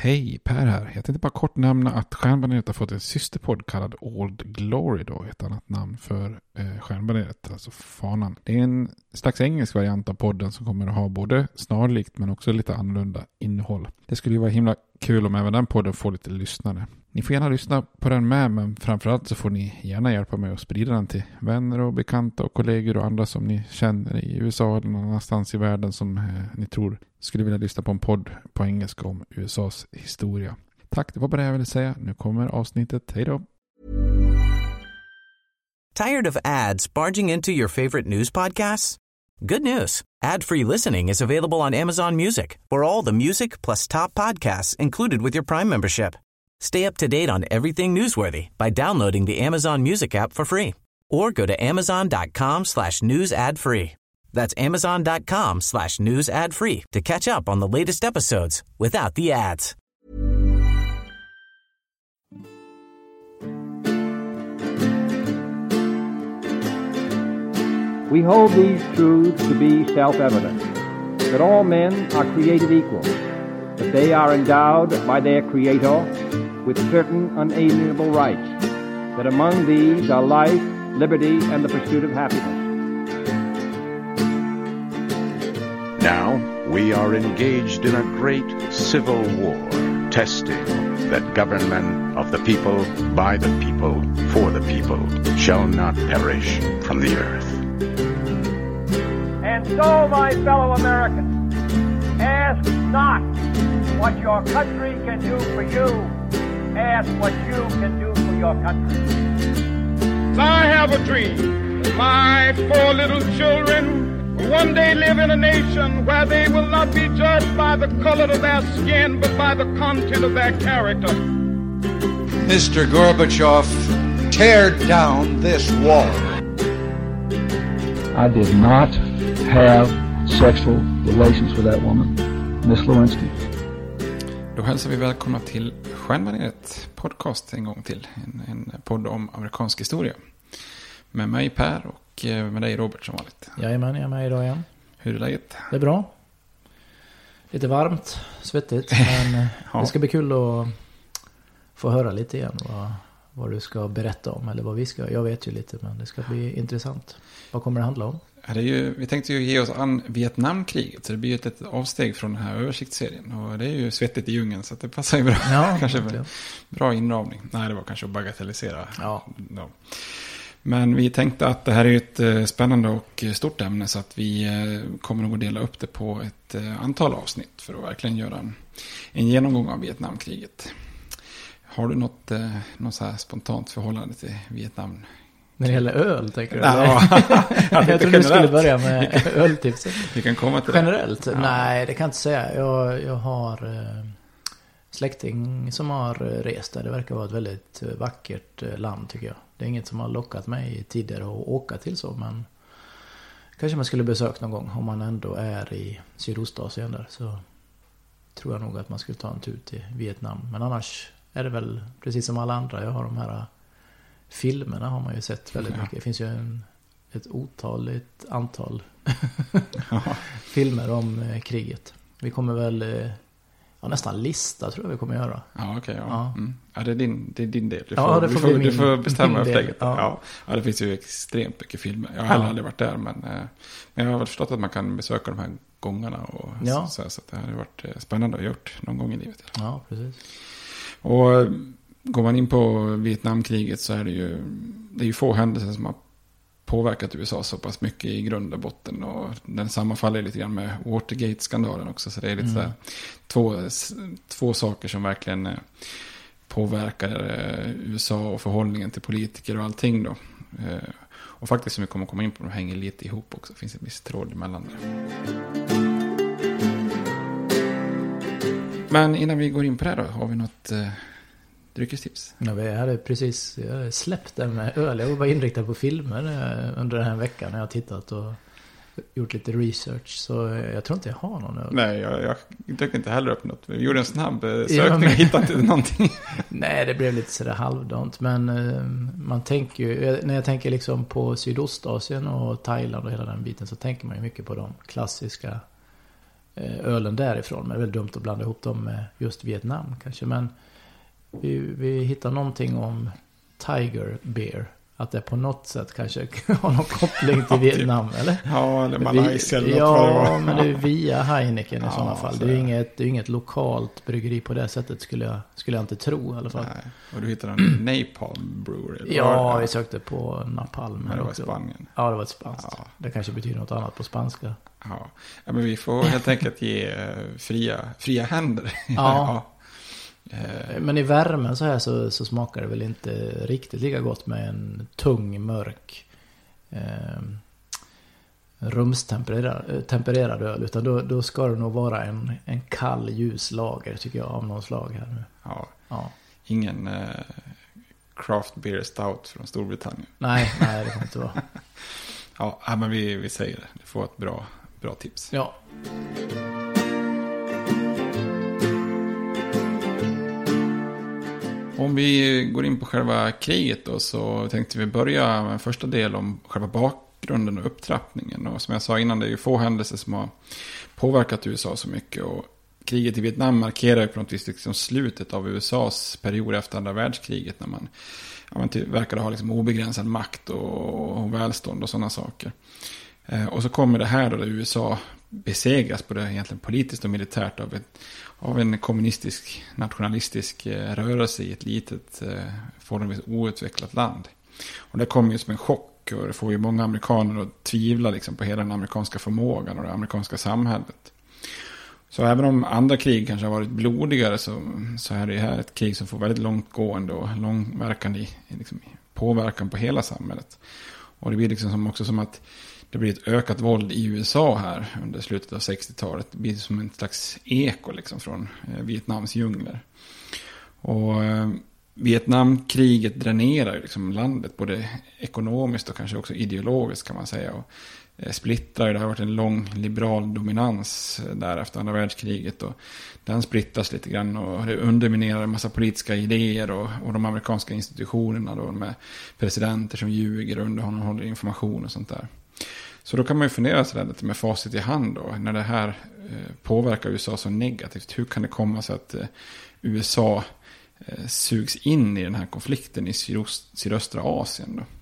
Hej, Per här. Jag tänkte bara kort nämna att Stjärnbaneret har fått en systerpodd kallad Old Glory då, ett annat namn för Stjärnbaneret, alltså fanan. Det är en slags engelsk variant av podden som kommer att ha både snarlikt men också lite annorlunda innehåll. Det skulle ju vara himla kul om även den podden får lite lyssnare. Ni får gärna lyssna på den med, men framförallt så får ni gärna hjälpa mig att sprida den till vänner och bekanta och kollegor och andra som ni känner i USA eller någon annanstans i världen som ni tror skulle vilja lyssna på en podd på engelska om USAs historia. Tack, det var bara det jag ville säga. Nu kommer avsnittet. Hej då! Tired of ads barging into your favorite news podcasts? Good news. Ad-free listening is available on Amazon Music for all the music plus top podcasts included with your Prime membership. Stay up to date on everything newsworthy by downloading the Amazon Music app for free or go to amazon.com/news ad free. That's amazon.com/news ad free to catch up on the latest episodes without the ads. We hold these truths to be self-evident, that all men are created equal, that they are endowed by their Creator with certain unalienable rights, that among these are life, liberty, and the pursuit of happiness. Now we are engaged in a great civil war, testing that government of the people, by the people, for the people, shall not perish from the earth. And so, my fellow Americans, ask not what your country can do for you. Ask what you can do for your country. I have a dream that my 4 little children will one day live in a nation where they will not be judged by the color of their skin, but by the content of their character. Mr. Gorbachev, tear down this wall. I did not have sexual relations with that woman, Miss Lewinsky. Då hälsar vi välkomna till Stjärnbaneret podcast en gång till. En podd om amerikansk historia. Med mig Per och med dig Robert som vanligt. Jajamän, jag är med idag igen. Hur är läget? Det är bra. Lite varmt, svettigt. Men ja. Det ska bli kul att få höra lite igen vad du ska berätta om. Eller vad vi ska. Jag vet ju lite, men det ska bli intressant. Vad kommer det handla om? Vi tänkte ju ge oss an Vietnamkriget, så det blir ett avsteg från den här översiktsserien. Och det är ju svettigt i djungeln, så det passar ju bra. Ja, kanske bra inramning. Nej, det var kanske att bagatellisera. Ja. Men vi tänkte att det här är ett spännande och stort ämne, så att vi kommer nog att dela upp det på ett antal avsnitt för att verkligen göra en genomgång av Vietnamkriget. Har du något så här spontant förhållande till Vietnam? När det gäller öl, tänker du? Ja, jag trodde du skulle börja med öltipset. Vi kan komma till generellt? Ja. Nej, det kan jag inte säga. Jag har släkting som har rest där. Det verkar vara ett väldigt vackert land, tycker jag. Det är inget som har lockat mig tidigare att åka till så, men kanske man skulle besöka någon gång. Om man ändå är i Sydostasien där, så tror jag nog att man skulle ta en tur till Vietnam. Men annars är det väl precis som alla andra. Jag har de här filmerna har man ju sett väldigt mycket. Det finns ju ett otaligt antal filmer om kriget. Vi kommer väl nästan lista, tror jag vi kommer göra. Ja, okej. Ja. Mm. Ja, det är din del. Du får bestämma upplägget. Ja. Ja, det finns ju extremt mycket filmer. Jag har aldrig varit där, men jag har väl förstått att man kan besöka de här gångarna. Och så att det har varit spännande att gjort någon gång i livet. Ja, precis. Och går man in på Vietnamkriget så är det är ju få händelser som har påverkat USA så pass mycket i grund och botten, och den sammanfaller lite grann med Watergate-skandalen också, så det är lite så här, två saker som verkligen påverkar USA och förhållningen till politiker och allting då. Och faktiskt som vi kommer komma in på, de hänger lite ihop också, det finns en viss tråd emellan där. Men innan vi går in på det då, har vi något dryckestips? Ja, jag hade precis släppt det med öl. Jag var bara inriktad på filmer under den här veckan när jag har tittat och gjort lite research. Så jag tror inte jag har någon öl. Nej, jag dök inte heller upp något. Vi gjorde en snabb sökning och hittade inte någonting. Nej, det blev lite sådär halvdant. Men man tänker ju, när jag tänker liksom på Sydostasien och Thailand och hela den biten, så tänker man ju mycket på de klassiska ölen därifrån. Men det är väl dumt att blanda ihop dem med just Vietnam kanske. Men vi hittar någonting om Tiger Beer. Att det på något sätt kanske har någon koppling till Vietnam, eller? Ja, eller Malaysia eller något. Ja, men det är via Heineken i sådana fall. Det är inget lokalt bryggeri på det sättet skulle jag inte tro i alla fall. Nej. Och du hittade en Napalm Brewery? Ja, vi sökte på Napalm. Men det var i Spanien. Ja, det var ett spanskt. Ja. Det kanske betyder något annat på spanska. Ja, men vi får helt enkelt ge fria händer. Ja. Men i värmen så här så smakar det väl inte riktigt lika gott med en tung, mörk rumstempererad öl. Utan då ska det nog vara en kall, ljus lager tycker jag av någon slag här nu. Ja. Ingen craft beer stout från Storbritannien. Nej, det kan inte vara. Ja, men vi säger det. Du får ett bra tips. Ja. Om vi går in på själva kriget då, så tänkte vi börja med första del om själva bakgrunden och upptrappningen. Och som jag sa innan, det är ju få händelser som har påverkat USA så mycket. Och kriget i Vietnam markerar ju på något vis liksom slutet av USAs period efter andra världskriget. När man verkade ha liksom obegränsad makt och välstånd och sådana saker. Och så kommer det här då där USA besegras både egentligen politiskt och militärt av en kommunistisk, nationalistisk rörelse i ett litet, förhållandevis outvecklat land. Och det kommer ju som en chock och det får ju många amerikaner att tvivla liksom på hela den amerikanska förmågan och det amerikanska samhället. Så även om andra krig kanske har varit blodigare så är det här ett krig som får väldigt långtgående och långverkande liksom, påverkan på hela samhället. Och det blir liksom också som att det blir ett ökat våld i USA här under slutet av 60-talet. Det blir som en slags eko liksom från Vietnams djungler. Och Vietnamkriget dränerar liksom landet både ekonomiskt och kanske också ideologiskt kan man säga. Och splittrar. Det har varit en lång liberal dominans där efter andra världskriget. Och den splittras lite grann och det underminerar en massa politiska idéer och de amerikanska institutionerna då med presidenter som ljuger och undanhåller information och sånt där. Så då kan man ju fundera sig lite med facit i hand då. När det här påverkar USA så negativt. Hur kan det komma sig att USA sugs in i den här konflikten i sydöstra Asien då?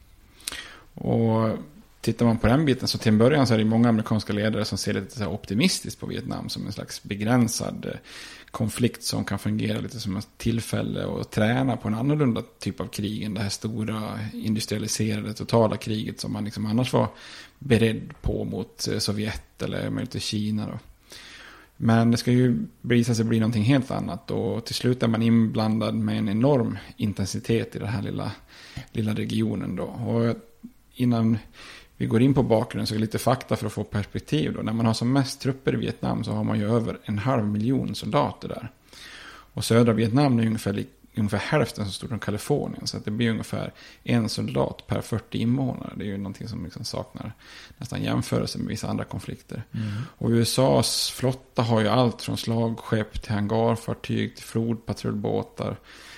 Och tittar man på den biten så till en början så är det många amerikanska ledare som ser lite så här optimistiskt på Vietnam som en slags begränsad konflikt som kan fungera lite som ett tillfälle att träna på en annorlunda typ av krig än det här stora industrialiserade totala kriget som man liksom annars var beredd på mot Sovjet eller möjligtvis Kina då. Men det ska ju visa sig bli någonting helt annat och till slut är man inblandad med en enorm intensitet i den här lilla regionen då. Och innan vi går in på bakgrunden så är det lite fakta för att få perspektiv då. När man har som mest trupper i Vietnam så har man ju över 500 000 soldater där. Och södra Vietnam är ungefär hälften så stort som Kalifornien. Så att det blir ungefär 1 soldat per 40 invånare. Det är ju någonting som liksom saknar nästan jämförelse med vissa andra konflikter. Och USAs flotta har ju allt från slagskepp till hangarfartyg till flodpatrullbåtar.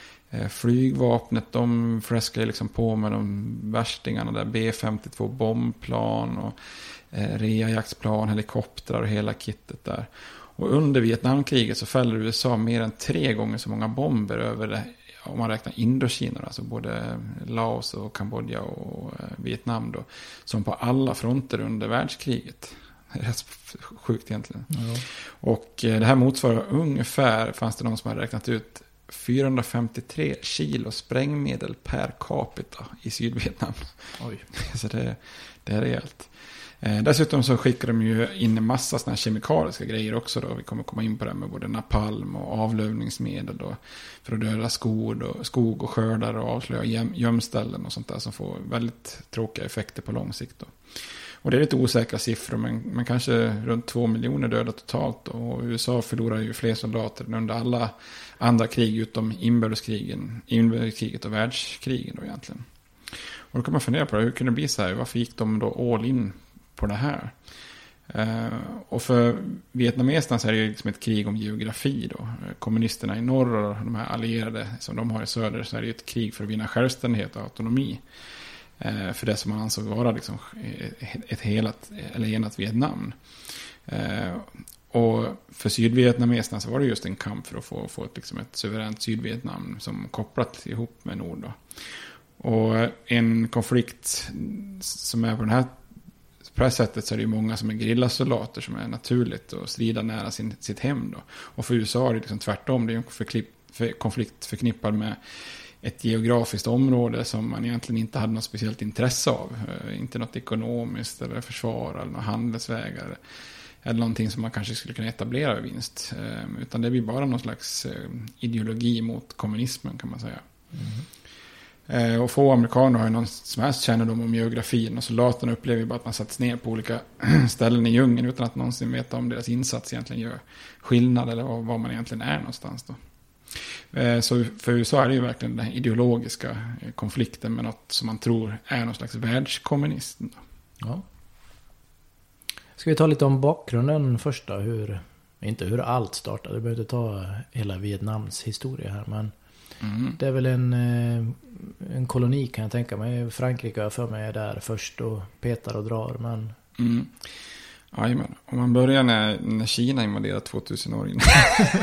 Flygvapnet, de fräskar ju liksom på med de värstingarna där, B-52 bombplan och reajaktsplan, helikoptrar och hela kittet där. Och under Vietnamkriget så fäller USA mer än 3 gånger så många bomber över det, om man räknar Indokina, alltså både Laos och Kambodja och Vietnam då, som på alla fronter under världskriget. Det är rätt sjukt egentligen. Ja. Och det här motsvarar ungefär, fanns det någon som hade räknat ut, 453 kilo sprängmedel per capita i Sydvietnam. Oj. Så det är rejält. Dessutom så skickar de ju in en massa såna här kemikaliska grejer också då. Vi kommer komma in på det med både napalm och avlövningsmedel då, för att döda skog och skördar och avslöja gömställen och sånt där som får väldigt tråkiga effekter på lång sikt då. Och det är lite osäkra siffror, men kanske runt 2 miljoner döda totalt då. Och USA förlorar ju fler soldater än under alla andra krig utom inbördeskriget och världskrigen då egentligen. Och då kan man fundera på det, hur kunde det bli så här? Varför gick de då all in på det här? Och för vietnameserna så är det ju liksom ett krig om geografi då. Kommunisterna i norr och de här allierade som de har i söder, så är det ju ett krig för att vinna självständighet och autonomi. För det som man ansåg vara liksom ett enat Vietnam. Och för sydvietnameserna så var det just en kamp för att få ett suveränt Sydvietnam som kopplat ihop med Nord då. Och en konflikt som är på det här sättet, så är det ju många som är gerillasoldater som är naturligt och strida nära sitt hem då. Och för USA är det liksom tvärtom, det är en konflikt förknippad med ett geografiskt område som man egentligen inte hade något speciellt intresse av. Inte något ekonomiskt eller försvar eller några handelsvägar eller någonting som man kanske skulle kunna etablera vid vinst. Utan det blir bara någon slags ideologi mot kommunismen, kan man säga. Och få amerikaner har ju någon som helst kännedom om geografin, och soldaterna upplever ju bara att man satts ner på olika ställen i djungeln utan att någonsin veta om deras insats egentligen gör skillnad eller var man egentligen är någonstans då. Så för USA är det ju verkligen den ideologiska konflikten med något som man tror är någon slags världskommunism då. Ja. Ska vi ta lite om bakgrunden först då? Inte hur allt startade, vi behöver inte ta hela Vietnams historia här, men det är väl en koloni, kan jag tänka mig. Frankrike för mig är där först och petar och drar, men... Jajamän. Om man börjar när Kina invaderar 2000 år innan.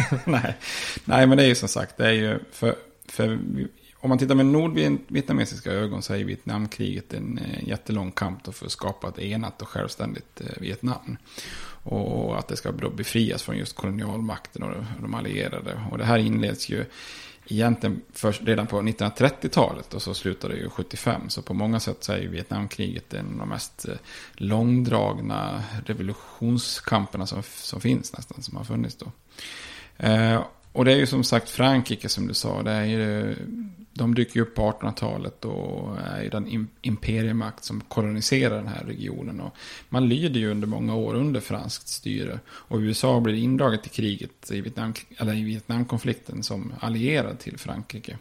Nej, men det är ju som sagt, det är ju för om man tittar med nordvietnamesiska ögon så är Vietnamkriget en jättelång kamp för att skapa ett enat och självständigt Vietnam. Och att det ska då befrias från just kolonialmakten och de allierade. Och det här inleds ju egentligen först redan på 1930-talet och så slutade det ju 75. Så på många sätt så är ju Vietnamkriget en av de mest långdragna revolutionskamperna som finns nästan, som har funnits då. Och det är ju som sagt Frankrike, som du sa, det är ju, de dyker upp på 1800-talet och är ju den imperiemakt som koloniserar den här regionen. Och man lyder ju under många år under franskt styre. Och USA blir indraget i kriget i Vietnamkonflikten som allierad till Frankrike.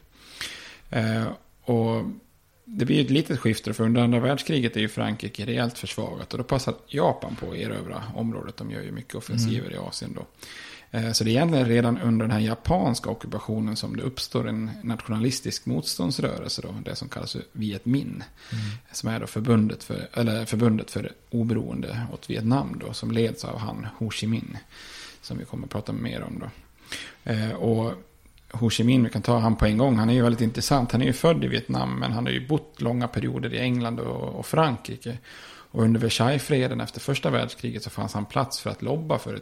Och det blir ett litet skifte, för under andra världskriget är ju Frankrike rejält försvagat. Och då passar Japan på att erövra området. De gör ju mycket offensiver i Asien då. Så det är egentligen redan under den här japanska ockupationen som det uppstår en nationalistisk motståndsrörelse då, det som kallas Viet Minh, som är då förbundet för oberoende åt Vietnam då, som leds av han Ho Chi Minh, som vi kommer att prata mer om då. Och Ho Chi Minh, vi kan ta han på en gång, han är ju väldigt intressant. Han är ju född i Vietnam, men han har ju bott långa perioder i England och Frankrike. Och under Versaillesfreden efter första världskriget så fanns han plats för att lobba för ett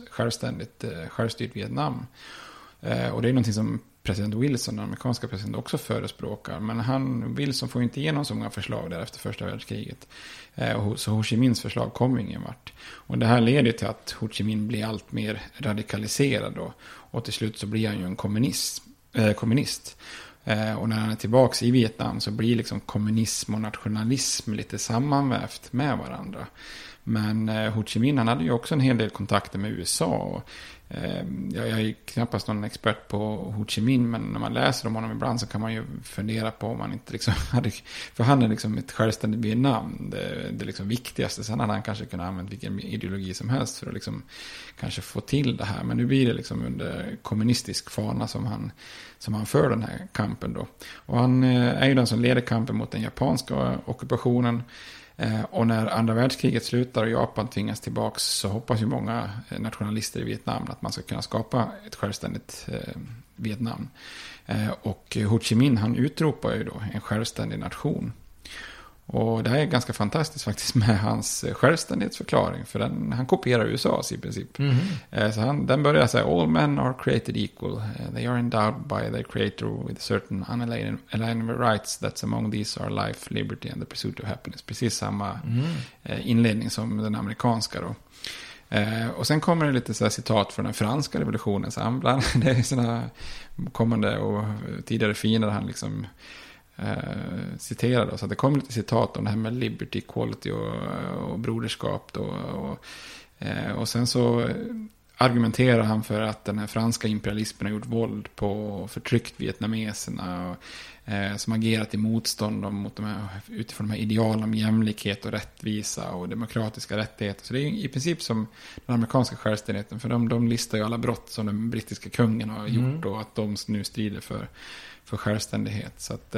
självstyrt Vietnam. Och det är någonting som president Wilson, den amerikanska presidenten, också förespråkar. Men Wilson får inte igenom så många förslag där efter första världskriget. Så Ho Chi Minhs förslag kom ingen vart. Och det här leder till att Ho Chi Minh blir allt mer radikaliserad då. Och till slut så blir han ju en kommunist. Och när han är tillbaka i Vietnam så blir liksom kommunism och nationalism lite sammanvävt med varandra. Men Ho Chi Minh, han hade ju också en hel del kontakter med USA. Och, jag är knappast någon expert på Ho Chi Minh, men när man läser om honom ibland så kan man ju fundera på om han inte liksom hade... För han är liksom ett självständigt Vietnam, det liksom viktigaste. Sen hade han kanske kunnat använda vilken ideologi som helst för att liksom kanske få till det här. Men nu blir det liksom under kommunistisk fana som han för den här kampen då. Och han är ju den som leder kampen mot den japanska ockupationen. Och när andra världskriget slutar och Japan tvingas tillbaka, så hoppas ju många nationalister i Vietnam att man ska kunna skapa ett självständigt Vietnam. Och Ho Chi Minh, han utropar ju då en självständig nation. Och det här är ganska fantastiskt faktiskt med hans självständighetsförklaring. För han kopierar USAs i princip. Så den börjar säga: all men are created equal. They are endowed by their creator with certain unalienable rights. That's among these are life, liberty and the pursuit of happiness. Precis samma inledning som den amerikanska då. Och sen kommer det lite så här citat från den franska revolutionen. Så det är sådana kommande och tidigare fiender han liksom... citerade. Så att det kommer lite citat om det här med liberty, equality och broderskap då, och sen så argumenterar han för att den här franska imperialismen har gjort våld på och förtryckt vietnameserna och, som agerat i motstånd mot de här, utifrån de här idealen om jämlikhet och rättvisa och demokratiska rättigheter. Så det är i princip som den amerikanska självständigheten, för de listar ju alla brott som den brittiska kungen har gjort och att de nu strider för självständighet. Så att,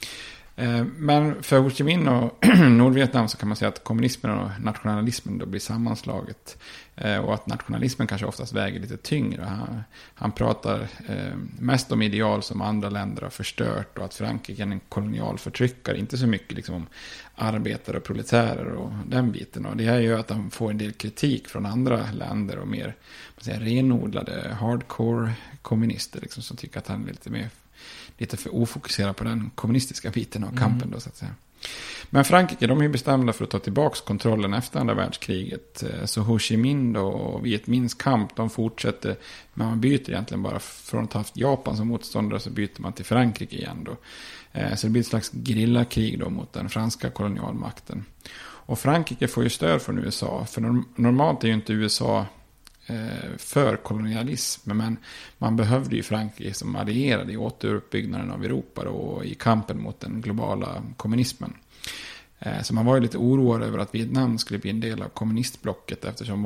men för Ho Chi Minh och Nordvietnam så kan man säga att kommunismen och nationalismen då blir sammanslaget. Och att nationalismen kanske oftast väger lite tyngre. Han pratar mest om ideal som andra länder har förstört. Och att Frankrike är en kolonial förtryckare. Inte så mycket liksom om arbetare och proletärer och den biten. Och det här gör att han får en del kritik från andra länder. Och mer renodlade hardcore kommunister. Liksom, som tycker att han är lite för ofokuserad på den kommunistiska biten av kampen. Då, så att säga. Men Frankrike, de är ju bestämda för att ta tillbaka kontrollen efter andra världskriget. Så Ho Chi Minh och Viet Minhs kamp, de fortsätter. Men man byter egentligen bara från att ha haft Japan som motståndare, så byter man till Frankrike igen då. Så det blir ett slags gerillakrig då mot den franska kolonialmakten. Och Frankrike får ju stöd från USA. För normalt är ju inte USA för kolonialism, men man behövde ju Frankrike som allierad i återuppbyggnaden av Europa då, och i kampen mot den globala kommunismen. Så man var ju lite oroad över att Vietnam skulle bli en del av kommunistblocket, eftersom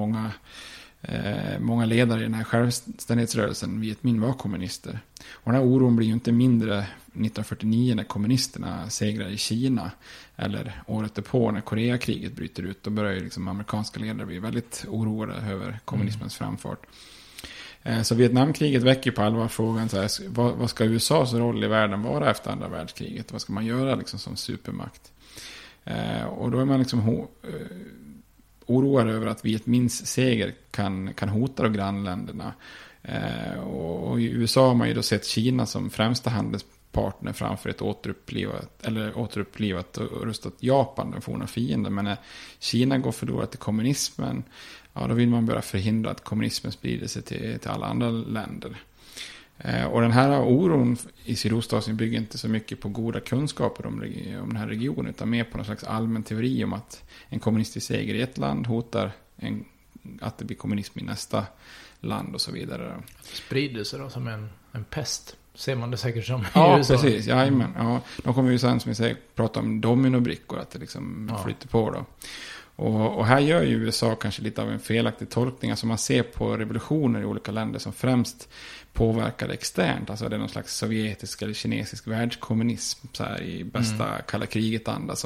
många ledare i den här självständighetsrörelsen, Viet Minh, var kommunister. Och den här oron blir ju inte mindre 1949 när kommunisterna segrar i Kina, eller året därpå när Koreakriget bryter ut. Då börjar ju liksom amerikanska ledare bli väldigt oroade över kommunismens framfart. Så Vietnamkriget väcker på allvar frågan så här, vad ska USAs roll i världen vara efter andra världskriget? Vad ska man göra liksom som supermakt? Och då är man liksom oroad över att Viet Minhs seger kan hota de grannländerna. Och i USA har man ju då sett Kina som främsta handelspartner framför ett återupplivat och rustat Japan, den forna fienden. Men när Kina går förlorat till kommunismen, ja, då vill man börja förhindra att kommunismen sprider sig till alla andra länder. Och den här oron i Sydostasien bygger inte så mycket på goda kunskaper om den här regionen, utan mer på någon slags allmän teori om att en kommunistisk seger i ett land hotar att det blir kommunism i nästa land och så vidare. Sprider sig då som en pest. Ser man det säkert som ja, i USA. Precis. Ja, de kommer ju sen, som vi säger, prata om dominobrickor, att det liksom flyter på då. Och här gör ju USA kanske lite av en felaktig tolkning. Alltså man ser på revolutioner i olika länder som främst påverkar externt. Alltså det är någon slags sovjetisk eller kinesisk världskommunism så här, i bästa kalla kriget-anda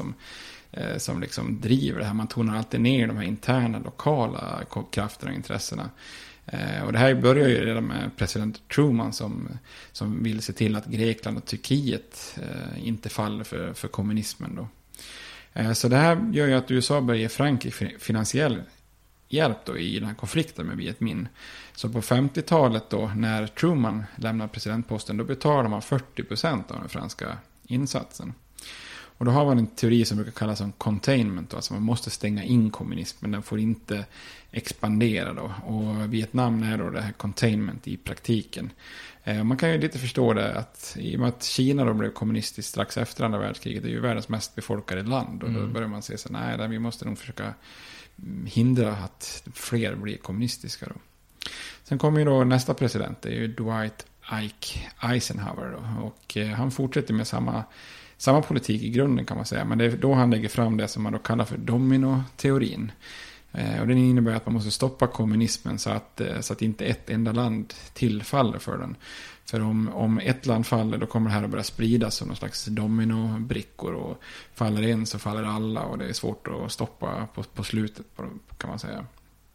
som liksom driver det här. Man tonar alltid ner de här interna, lokala krafterna och intressena. Och det här börjar ju redan med president Truman som vill se till att Grekland och Turkiet inte faller för kommunismen då. Så det här gör ju att USA börjar ge Frankrike finansiell hjälp då i den här konflikten med Viet Minh. Så på 50-talet då, när Truman lämnar presidentposten, då betalar man 40% av den franska insatsen. Och då har man en teori som brukar kallas som containment, alltså man måste stänga in kommunismen, den får inte expandera då. Och Vietnam är då det här containment i praktiken. Man kan ju lite förstå det, att i och med att Kina då blev kommunistiskt strax efter andra världskriget, det är ju världens mest befolkade land, och då börjar man se så nej, vi måste nog försöka hindra att fler blir kommunistiska då. Sen kommer ju då nästa president, det är ju Dwight Eisenhower då, och han fortsätter med samma politik i grunden kan man säga, men det är då han lägger fram det som man då kallar för dominoteorin. Och den innebär att man måste stoppa kommunismen så att inte ett enda land tillfaller för den. För om ett land faller, då kommer det här att börja spridas som någon slags dominobrickor, och faller en så faller alla, och det är svårt att stoppa på slutet kan man säga.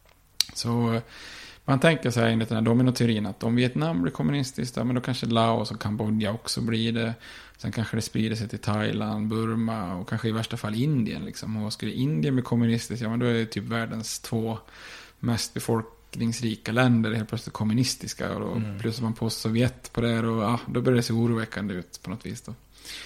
Så man tänker sig enligt den här dominoteorin att om Vietnam blir kommunistiskt, men då kanske Laos och Kambodja också blir det. Sen kanske det sprider sig till Thailand, Burma och kanske i värsta fall Indien. Liksom. Och skulle Indien bli kommunistiskt, ja men då är det typ världens 2 mest befolkningsrika länder helt plötsligt kommunistiska. Och då plussar man på Sovjet på det, och då börjar det se oroväckande ut på något vis då.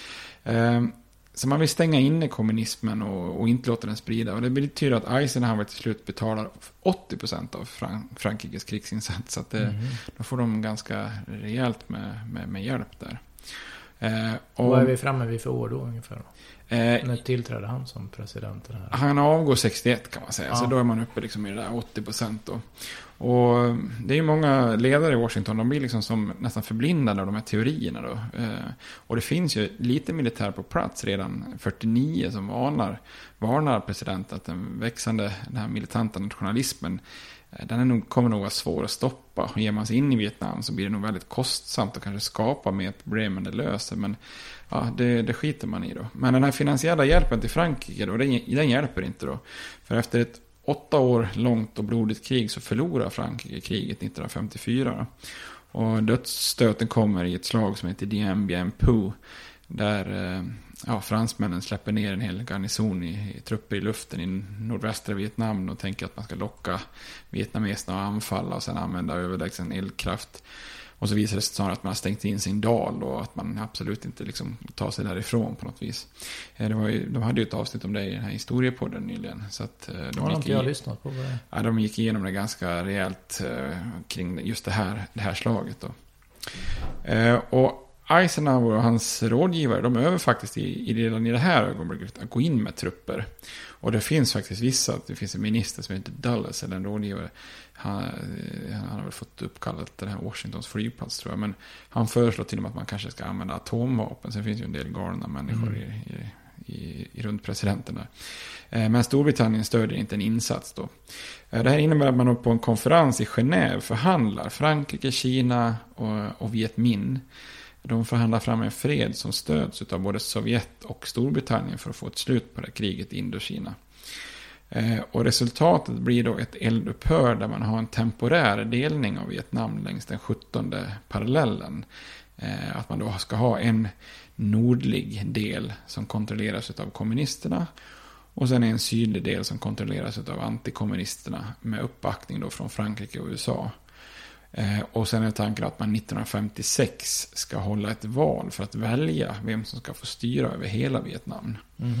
Så man vill stänga inne kommunismen och inte låta den sprida. Och det betyder att Eisenhower till slut betalar 80% av Frankrikes krigsinsats. Så att då får de ganska rejält med hjälp där. Vad är vi framme vid för år då ungefär då? När tillträdde han som president? Han avgår 61 kan man säga. Ja. Så då är man uppe liksom i det där 80% då. Och det är ju många ledare i Washington, de blir liksom som nästan förblindade av de här teorierna då. Och det finns ju lite militär på plats redan 49 som varnar presidenten att den här militanta nationalismen, kommer nog vara svår att stoppa. Och ger man sig in i Vietnam så blir det nog väldigt kostsamt och kanske skapa mer problem än det löser. Men ja, det skiter man i då. Men den här finansiella hjälpen till Frankrike då, den hjälper inte då. För efter ett 8 år långt och blodigt krig så förlorar Frankrike kriget 1954. Och dödsstöten kommer i ett slag som heter Dien Bien Phu, där fransmännen släpper ner en hel garnison i trupper i luften i nordvästra Vietnam och tänker att man ska locka vietnameserna att anfalla och sen använda överlägsen eldkraft. Och så visar det sig snarare att man har stängt in sin dal och att man absolut inte liksom tar sig därifrån på något vis. De hade ju ett avsnitt om det i den här historiepodden nyligen. Så att jag lyssnat på det. Ja, de gick igenom det ganska rejält kring just det här slaget då. Och Eisenhower och hans rådgivare, de över faktiskt redan i det här ögonblicket att gå in med trupper. Och det finns faktiskt det finns en minister som heter Dulles, eller en rådgivare. Han har väl fått uppkallat den här Washingtons flygplats, tror jag. Men han föreslår till och med att man kanske ska använda atomvapen. Sen finns ju en del galna människor runt presidenten där. Men Storbritannien stödjer inte en insats då. Det här innebär att man på en konferens i Genève förhandlar Frankrike, Kina och Viet Minh. De förhandlar fram en fred som stöds av både Sovjet och Storbritannien för att få ett slut på det kriget i Indokina. Och resultatet blir då ett eldupphör där man har en temporär delning av Vietnam längs den 17:e parallellen. Att man då ska ha en nordlig del som kontrolleras av kommunisterna och sen en sydlig del som kontrolleras av antikommunisterna med uppbackning då från Frankrike och USA. Och sen är tanken att man 1956 ska hålla ett val för att välja vem som ska få styra över hela Vietnam.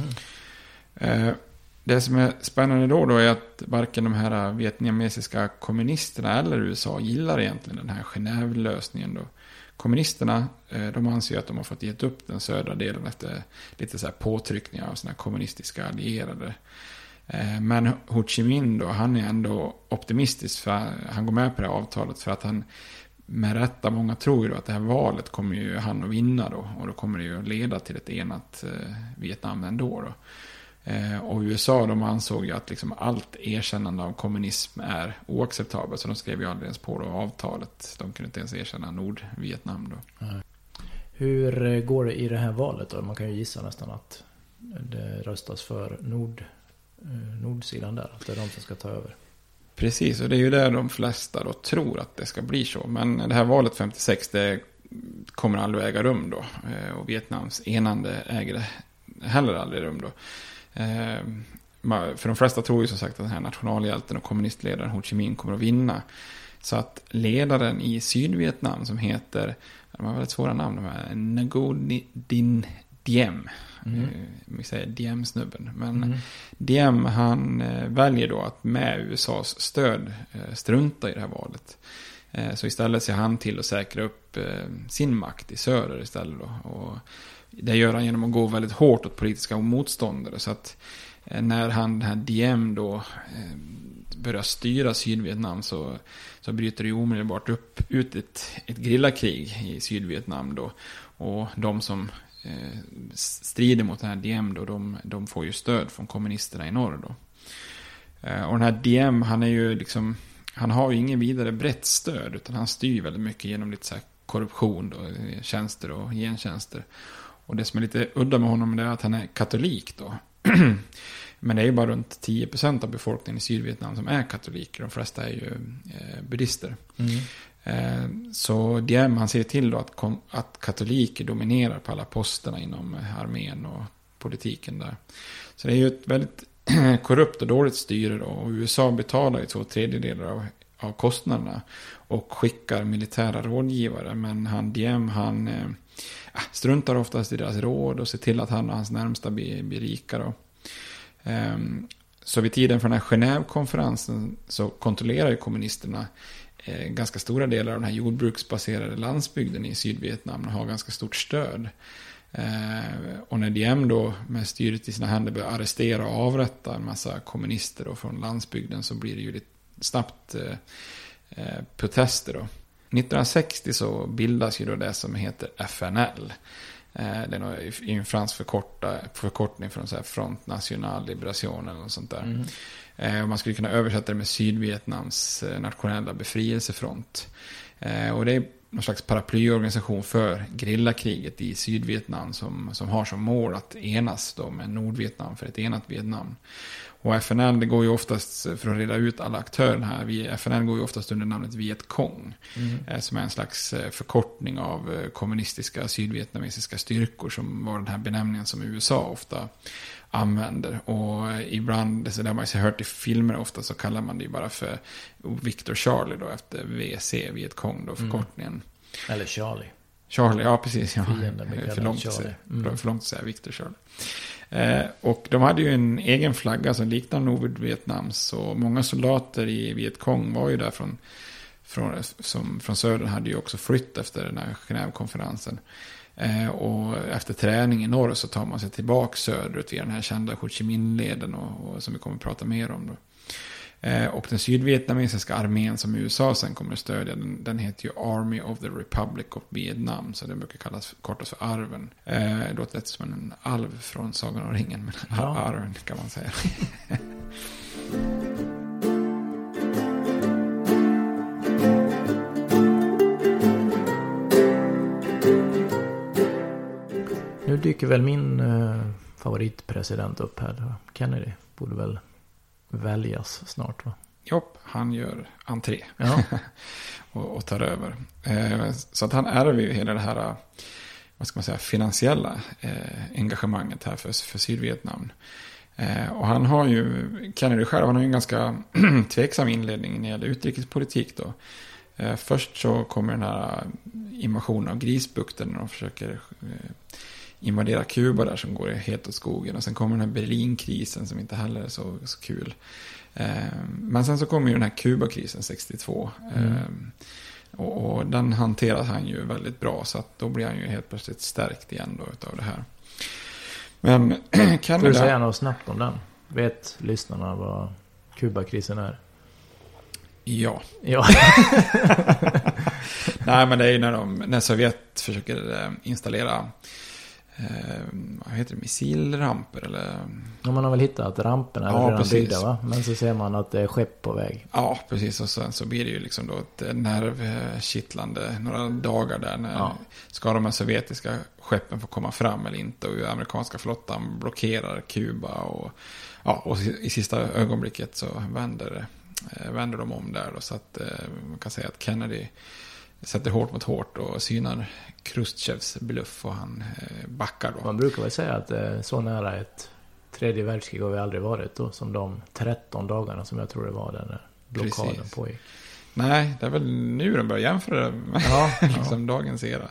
Det som är spännande då är att varken de här vietnamesiska kommunisterna eller USA gillar egentligen den här Genève-lösningen då. Kommunisterna, de anser att de har fått gett upp den södra delen efter lite så här påtryckningar av sina kommunistiska allierade. Men Ho Chi Minh då, han är ändå optimistisk för han går med på det här avtalet för att han med rätta, många tror ju att det här valet kommer ju han att vinna då och då kommer det ju att leda till ett enat Vietnam ändå då. Och USA, de ansåg ju att liksom allt erkännande av kommunism är oacceptabelt, så de skrev ju aldrig ens på då avtalet. De kunde inte ens erkänna Nordvietnam då. Hur går det i det här valet då? Man kan ju gissa nästan att det röstas för nordsidan där, att det är de som ska ta över. Precis, och det är ju där de flesta då tror att det ska bli så. Men det här valet 56, det kommer aldrig äga rum då. Och Vietnams enande äger heller aldrig rum då. För de flesta tror ju som sagt att den här nationalhjälten och kommunistledaren Ho Chi Minh kommer att vinna. Så att ledaren i Sydvietnam som heter, de har väldigt svåra namn, de här Ngo Dinh Diem. Vi säger Diem-snubben. Men Diem, han väljer då att med USAs stöd strunta i det här valet. Så istället ser han till att säkra upp sin makt i söder istället då. Och det gör han genom att gå väldigt hårt åt politiska motståndare. Så att när den här Diem då börjar styra Sydvietnam så bryter det omedelbart ut ett grillakrig i Sydvietnam då. Och de som strider mot den här Diem då, de får ju stöd från kommunisterna i norr då. Och den här Diem, han är ju liksom, han har ju ingen vidare brett stöd utan han styr väldigt mycket genom lite så här korruption då, tjänster och gentjänster. Och det som är lite udda med honom är att han är katolik då. Men det är ju bara runt 10% av befolkningen i Sydvietnam som är katoliker. De flesta är ju buddister. Så Diem, han ser till då att katoliker dominerar på alla posterna inom armén och politiken där. Så det är ju ett väldigt korrupt och dåligt styre då. Och USA betalar ju 2/3 av kostnaderna och skickar militära rådgivare. Men han Diem, han struntar oftast i deras råd och ser till att han och hans närmsta blir rika då. Så vid tiden för den här Genève-konferensen så kontrollerar ju kommunisterna ganska stora delar av den här jordbruksbaserade landsbygden i Sydvietnam och har ganska stort stöd. Och när Diem då med styret i sina händer börjar arrestera och avrätta en massa kommunister då från landsbygden så blir det ju lite snabbt protester då. 1960 så bildas ju då det som heter FNL. Det är en fransk förkortning från så här Front National Liberation eller något sånt där. Och man skulle kunna översätta det med Sydvietnams nationella befrielsefront. Och det är någon slags paraplyorganisation för grillakriget i Sydvietnam som har som mål att enas då med Nordvietnam för ett enat Vietnam. Och FNL, det går ju oftast, för att reda ut alla aktörerna här, FNL går ju oftast under namnet Viet Cong. Som är en slags förkortning av kommunistiska sydvietnamesiska styrkor, som var den här benämningen som USA ofta använder. Och ibland, så där man har hört i filmer ofta, så kallar man det ju bara för Victor Charlie då, efter VC, Viet Cong då, förkortningen. Eller Charlie. Charlie, ja precis. Ja. För långt att säga Victor Charlie. Och de hade ju en egen flagga som liknar Nordvietnams. Så många soldater i Viet Cong var ju där från södern, hade ju också flytt efter den här Genève-konferensen. Och efter träning i norr så tar man sig tillbaka söderut via den här kända Ho Chi Minh-leden och som vi kommer att prata mer om då. Och den sydvietnamesiska armén som USA sen kommer att stödja, den heter ju Army of the Republic of Vietnam, så den brukar kallas kortas för arven. Det låter lite som en alv från Sagan om ringen, men arven kan man säga. Nu dyker väl min favoritpresident upp här. Kennedy borde väl väljas snart, va? Jopp, han gör entré och tar över. Så att han ärver ju hela det här, vad ska man säga, finansiella engagemanget här för Sydvietnam. Och han har ju, Kennedy själv, han har ju en ganska tveksam inledning när det gäller utrikespolitik då. Först så kommer den här invasionen av Grisbukten när de försöker invadera Kuba där, som går helt åt skogen. Och sen kommer den här Berlinkrisen som inte heller är så kul. Men sen så kommer ju den här Kubakrisen 62. Och den hanterar han ju väldigt bra, så att då blir han ju helt plötsligt stärkt igen då utav det här. Men kan du säga något snabbt om den? Vet lyssnarna vad Kubakrisen är? Ja. Nej, men det är ju när Sovjet försöker installera vad heter det, missilramper eller... Ja, man har väl hittat ramperna redan byggda, va? Men så ser man att det är skepp på väg. Ja, precis. Och sen så blir det ju liksom då ett nervkittlande några dagar där när ska de här sovjetiska skeppen få komma fram eller inte, och amerikanska flottan blockerar Kuba och i sista ögonblicket så vänder de om där då, så att man kan säga att Kennedy sätter hårt mot hårt och synar Khrushchevs bluff, och han backar då. Man brukar väl säga att så nära ett tredje världskrig har vi aldrig varit då, som de 13 dagarna som jag tror det var den blockaden pågick. Nej, det är väl nu de börjar jämföra med liksom dagens era.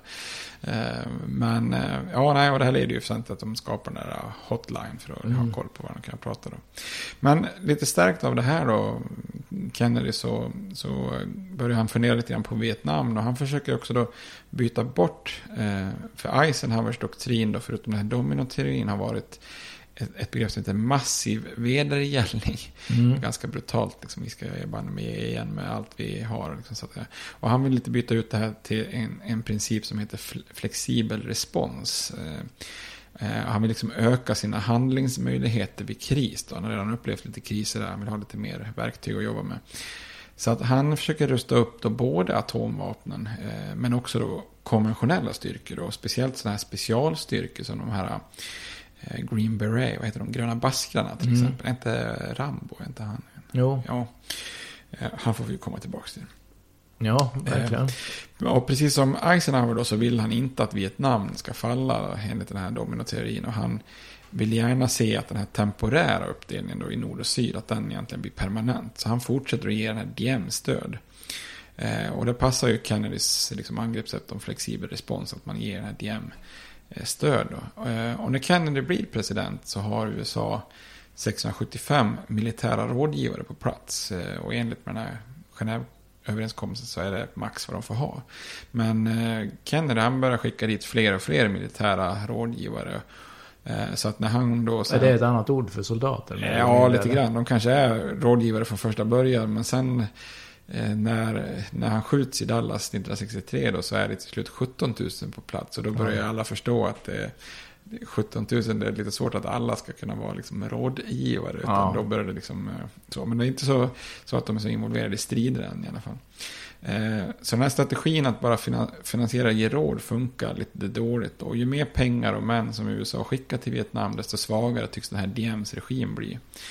Men och det här leder ju för att de skapar den där hotline för att ha koll på vad de kan prata då. Men lite stärkt av det här då, Kennedy, så börjar han fundera lite grann på Vietnam, och han försöker också då byta bort för Eisenhowers doktrin då, förutom den här dominoteorin, har varit ett begrepp som heter massiv vedergällning. Ganska brutalt, liksom, vi ska bara med igen med allt vi har. Liksom, så att, och han vill lite byta ut det här till en princip som heter flexibel respons. Han vill liksom öka sina handlingsmöjligheter vid kris. Då. Han har redan upplevt lite kriser där, han vill ha lite mer verktyg att jobba med. Så att han försöker rusta upp då både atomvapnen men också då konventionella styrkor. Då, speciellt sådana här specialstyrkor som de här Green Beret, vad heter de? Gröna baskrarna till exempel. Inte Rambo, inte han. Jo. Ja. Han får vi komma tillbaka till. Ja, verkligen. Och precis som Eisenhower då, så vill han inte att Vietnam ska falla enligt den här dominoteorin, och han vill gärna se att den här temporära uppdelningen då i nord och syd, att den egentligen blir permanent. Så han fortsätter att ge den här Diem-stöd. Och det passar ju Kennedys liksom angreppssätt om flexibel respons, att man ger den här Diem-stöd då. Och när Kennedy blir president så har USA 675 militära rådgivare på plats, och enligt med den här Genève-överenskommelsen så är det max vad de får ha. Men Kennedy, han börjar skicka dit fler och fler militära rådgivare. Så att när han då... Är det ett annat ord för soldater? Ja, lite grann. De kanske är rådgivare från första början, men sen när han skjuts i Dallas 1963 då, så är det till slut 17 000 på plats. Och då börjar alla förstå att 17 000, det är lite svårt att alla ska kunna vara liksom rådgivare, utan då börjar det liksom så. Men det är inte så att de är så involverade i strider än i alla fall. Så den här strategin att bara finansiera och ge råd funkar lite dåligt. Och ju mer pengar och män som USA skickar till Vietnam, desto svagare tycks den här Diems regim bli.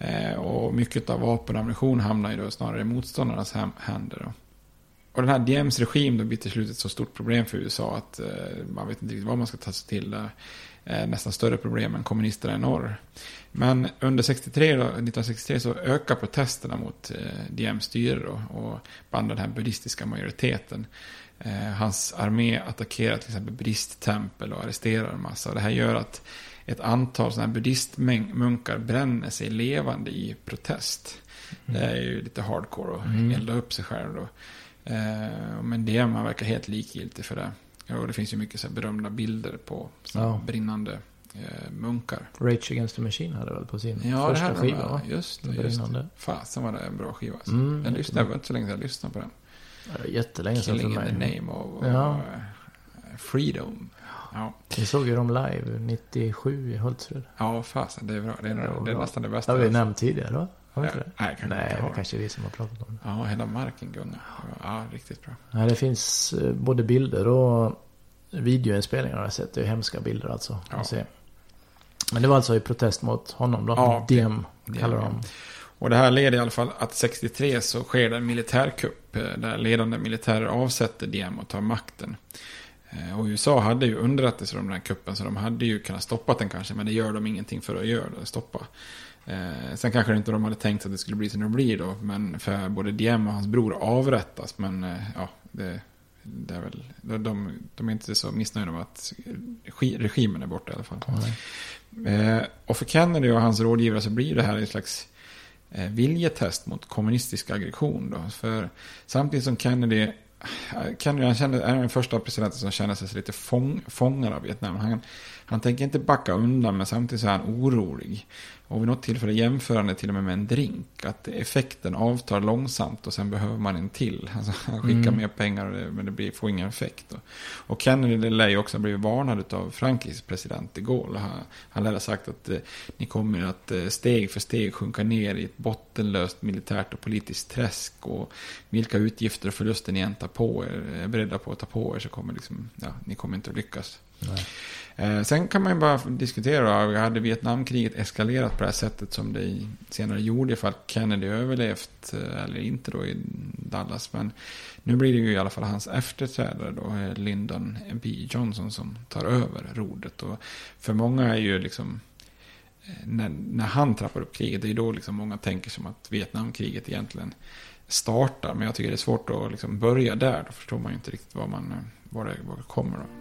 Och mycket av vapen och ammunition hamnar ju då snarare i motståndarnas händer då. Och den här Diems regim då blir till slut ett så stort problem för USA att man vet inte riktigt vad man ska ta sig till där. Nästan större problem än kommunisterna i norr. Men under 1963 så ökar protesterna mot Diems styre då, och bland den här buddhistiska majoriteten. Hans armé attackerar till exempel buddhisttempel och arresterar en massa. Och det här gör att ett antal sådana här buddhistmunkar bränner sig levande i protest. Det är ju lite hardcore att elda upp sig själv då. Men Diem verkar helt likgiltig för det. Och det finns ju mycket så här berömda bilder på brinnande munkar. Rage Against the Machine hade väl på sin första första skiva, va? Just. Fasen var det en bra skiva. Jag lyssnade inte så länge sedan jag lyssnade på den. Ja, jättelänge sedan för mig. Killing in the name of freedom. Ja. Vi såg ju dem live 97 i Hultsfred. Ja, fasen, det är bra. Det är nästan det bästa. Det har vi nämnt tidigare, va? Nej, det kanske är vi som har pratat om det. Ja, hela marken gungar. Ja, riktigt bra. Nej, det finns både bilder och videoinspelningar har jag sett. Det är hemska bilder alltså. Ja. Men det var alltså i protest mot honom då. Ja, Diem kallar de. Och det här leder i alla fall att 63 så sker det en militärkupp där ledande militärer avsätter Diem och tar makten. Och USA hade ju underrättelser om den här kuppen, så de hade ju kunnat stoppa den kanske, men det gör de ingenting för att stoppa. Sen kanske inte de hade tänkt att det skulle bli som det blir då, men för både Diem och hans bror avrättas, men det är väl, de är inte så missnöjda med att regimen är borta i alla fall. Och för Kennedy och hans rådgivare så blir det här en slags viljetest mot kommunistisk aggression då. För samtidigt som Kennedy är den första presidenten som känner sig lite fångad av Vietnam. Han tänker inte backa undan, men samtidigt så är han orolig. Och vid något tillfälle jämförande till och med en drink. Att effekten avtar långsamt och sen behöver man en till. Alltså, han skickar mer pengar men det får ingen effekt. Och Kennedy lär ju också blivit varnad av Frankrikes president de Gaulle. Han lär ha sagt att ni kommer att steg för steg sjunka ner i ett bottenlöst militärt och politiskt träsk. Och vilka utgifter och förluster ni än är beredda på att ta på er, så kommer ni kommer inte att lyckas. Nej. Sen kan man ju bara diskutera, hade Vietnamkriget eskalerat på det här sättet som det senare gjorde, ifall Kennedy överlevt eller inte då i Dallas. Men nu blir det ju i alla fall hans efterträdare då, Lyndon B. Johnson, som tar över rodret. Och för många är ju liksom när han trappar upp kriget, det är då liksom många tänker som att Vietnamkriget egentligen startar. Men jag tycker det är svårt att liksom börja där, då förstår man ju inte riktigt var det kommer då.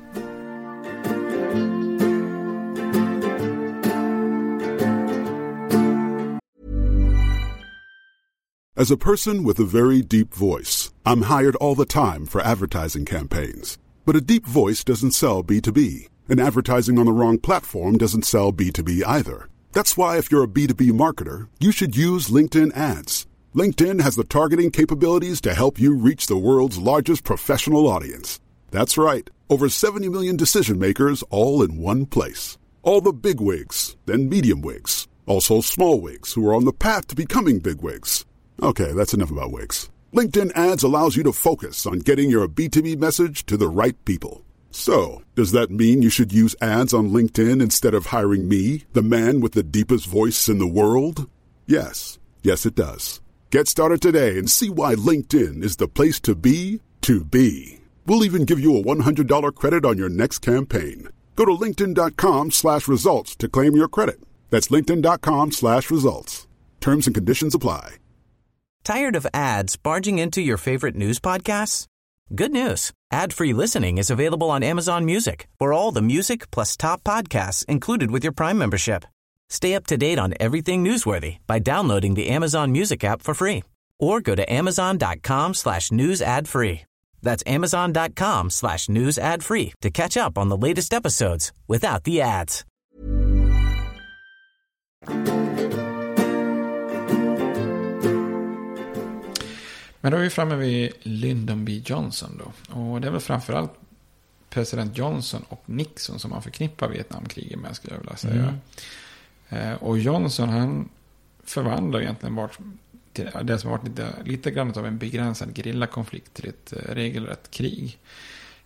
As a person with a very deep voice, I'm hired all the time for advertising campaigns. But a deep voice doesn't sell B2B, and advertising on the wrong platform doesn't sell B2B either. That's why if you're a B2B marketer, you should use LinkedIn ads. LinkedIn has the targeting capabilities to help you reach the world's largest professional audience. That's right. Over 70 million decision makers all in one place. All the big wigs, then medium wigs. Also small wigs who are on the path to becoming big wigs. Okay, that's enough about wigs. LinkedIn ads allows you to focus on getting your B2B message to the right people. So, does that mean you should use ads on LinkedIn instead of hiring me, the man with the deepest voice in the world? Yes. Yes, it does. Get started today and see why LinkedIn is the place to be to be. We'll even give you a $100 credit on your next campaign. Go to linkedin.com/results to claim your credit. That's linkedin.com/results. Terms and conditions apply. Tired of ads barging into your favorite news podcasts? Good news. Ad-free listening is available on Amazon Music for all the music plus top podcasts included with your Prime membership. Stay up to date on everything newsworthy by downloading the Amazon Music app for free. Or go to amazon.com/news ad free. That's amazon.com/news ad free to catch up on the latest episodes without the ads. Men då är vi framme vid Lyndon B. Johnson då. Och det är väl framförallt president Johnson och Nixon som man förknippar Vietnamkriget med, skulle jag vilja säga. Och Johnson, han förvandlar egentligen bort till det som har varit lite grann av en begränsad gerillakonflikt till ett regelrätt krig.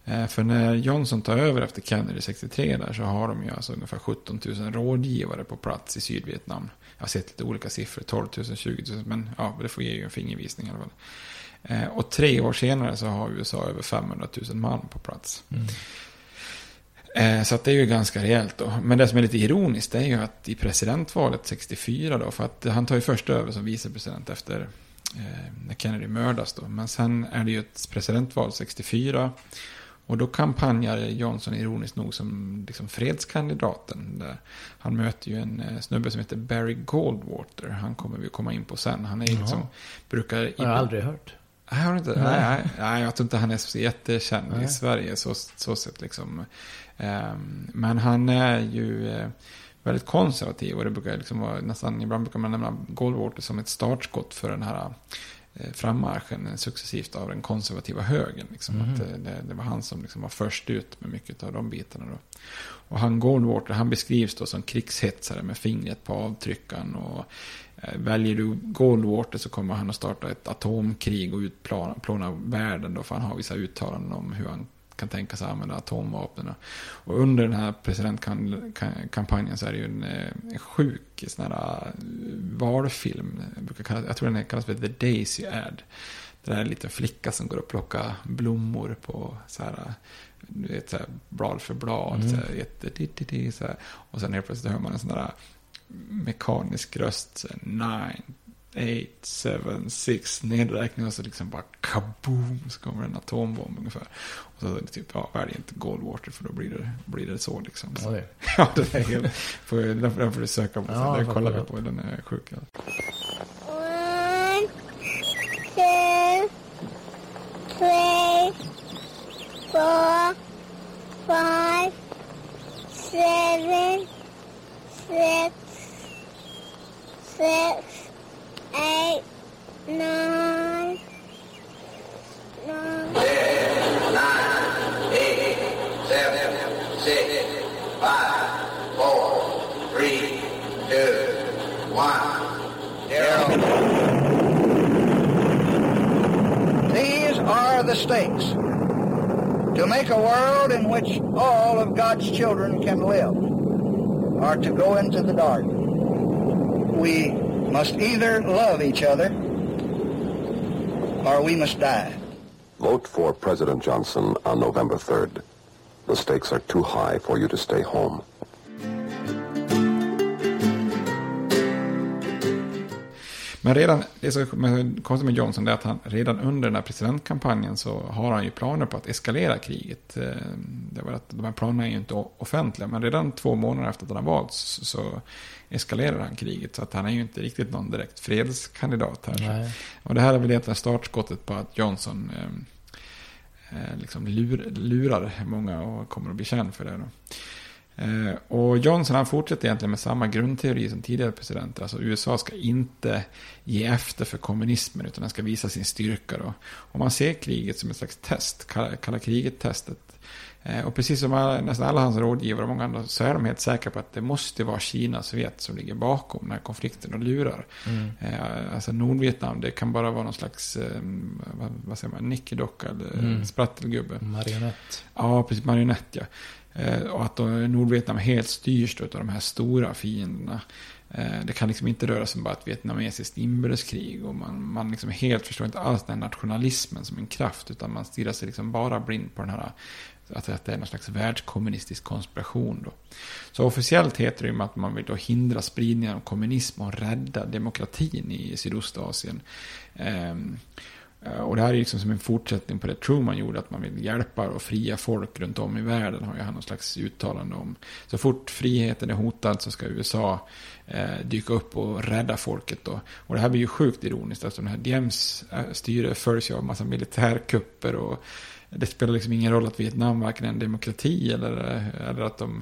För när Johnson tar över efter Kennedy 63 där, så har de ju alltså ungefär 17 000 rådgivare på plats i Sydvietnam. Jag har sett lite olika siffror, 12 000, 20 000, men ja, det får ge ju en fingervisning i alla fall. Och 3 år senare så har USA över 500 000 man på plats. Så att det är ju ganska rejält då. Men det som är lite ironiskt är ju att i presidentvalet 64 då, för att han tar ju först över som vicepresident efter när Kennedy mördas då. Men sen är det ju ett presidentval 64, och då kampanjar Johnson ironiskt nog som liksom fredskandidaten. Där han möter ju en snubbe som heter Barry Goldwater. Han kommer vi komma in på sen. Han är liksom, brukar... Jag har aldrig hört. Nej, jag tror inte han är så jättekänd i Sverige så sett liksom. Men han är ju väldigt konservativ, och det brukar liksom vara nästan, ibland brukar man nämna Goldwater som ett startskott för den här frammarschen successivt av den konservativa högern liksom. Att det var han som liksom var först ut med mycket av de bitarna då. Och han Goldwater, han beskrivs då som krigshetsare med fingret på avtryckaren, och väljer du Goldwater så kommer han att starta ett atomkrig och utplåna världen då, för han har vissa uttalanden om hur han kan tänka sig använda atomvapnen. Och under den här presidentkampanjen så är det ju en sjuk sån här valfilm. Jag tror den kallas för The Daisy Ad. Det där är en liten flicka som går och plockar blommor på så här, du vet, så här, blad för blad. Så här, så här. Och sen helt plötsligt hör man en sån där mekanisk röst. 9, 8, 7, 6 nedräkning, och så liksom bara kaboom, så kommer en atombomb ungefär. Och så är det typ, välj inte Goldwater, för då blir det så liksom. Så. Ja, det är helt, den får du söka på. Ja, den kollar vi på, den är sjuk. 1, 2, 3, 4, 5, 7, 6, 8, 9, 9. 10, 9, 8, 7, 6, 5, 4, 3, 2, 1, 0. These are the stakes. To make a world in which all of God's children can live, or to go into the dark. We must either love each other or we must die. Vote for President Johnson on November 3rd. The stakes are too high for you to stay home. Men redan, det är så konstigt med Johnson, det är att han redan under den här presidentkampanjen så har han ju planer på att eskalera kriget. Det var att de här planerna är ju inte offentliga, men redan 2 månader efter att han har valts så eskalerar han kriget, så att han är ju inte riktigt någon direkt fredskandidat här. Och det här är väl egentligen startskottet på att Johnson liksom lurar många och kommer att bli känd för det då. Och Johnson, han fortsätter egentligen med samma grundteori som tidigare presidenter. Alltså USA ska inte ge efter för kommunismen, utan den ska visa sin styrka då. Och man ser kriget som ett slags test, kalla kriget-testet. Och precis som nästan alla hans rådgivare och många andra, så är de helt säkra på att det måste vara Kina och Sovjet som ligger bakom den här konflikten och lurar. Alltså Nordvietnam, det kan bara vara någon slags vad säger man, nickedocka eller sprattelgubbe. Marionett. Ja, precis, marionett, ja. Och att Nordvietnam helt styrs av de här stora fienderna. Det kan liksom inte röra sig om bara ett vietnamesiskt inbördeskrig, och man liksom helt förstår inte alls den nationalismen som en kraft, utan man stirrar sig liksom bara blind på den här, att det är någon slags världskommunistisk konspiration då. Så officiellt heter det ju att man vill då hindra spridningen av kommunism och rädda demokratin i Sydostasien. Och det här är liksom som en fortsättning på det Truman gjorde, att man vill hjälpa och fria folk runt om i världen, har ju han någon slags uttalande om. Så fort friheten är hotad så ska USA dyka upp och rädda folket då. Och det här blir ju sjukt ironiskt, alltså den här Diems styre följs ju av en massa militärkupper, och det spelar liksom ingen roll att Vietnam varken är en demokrati eller att de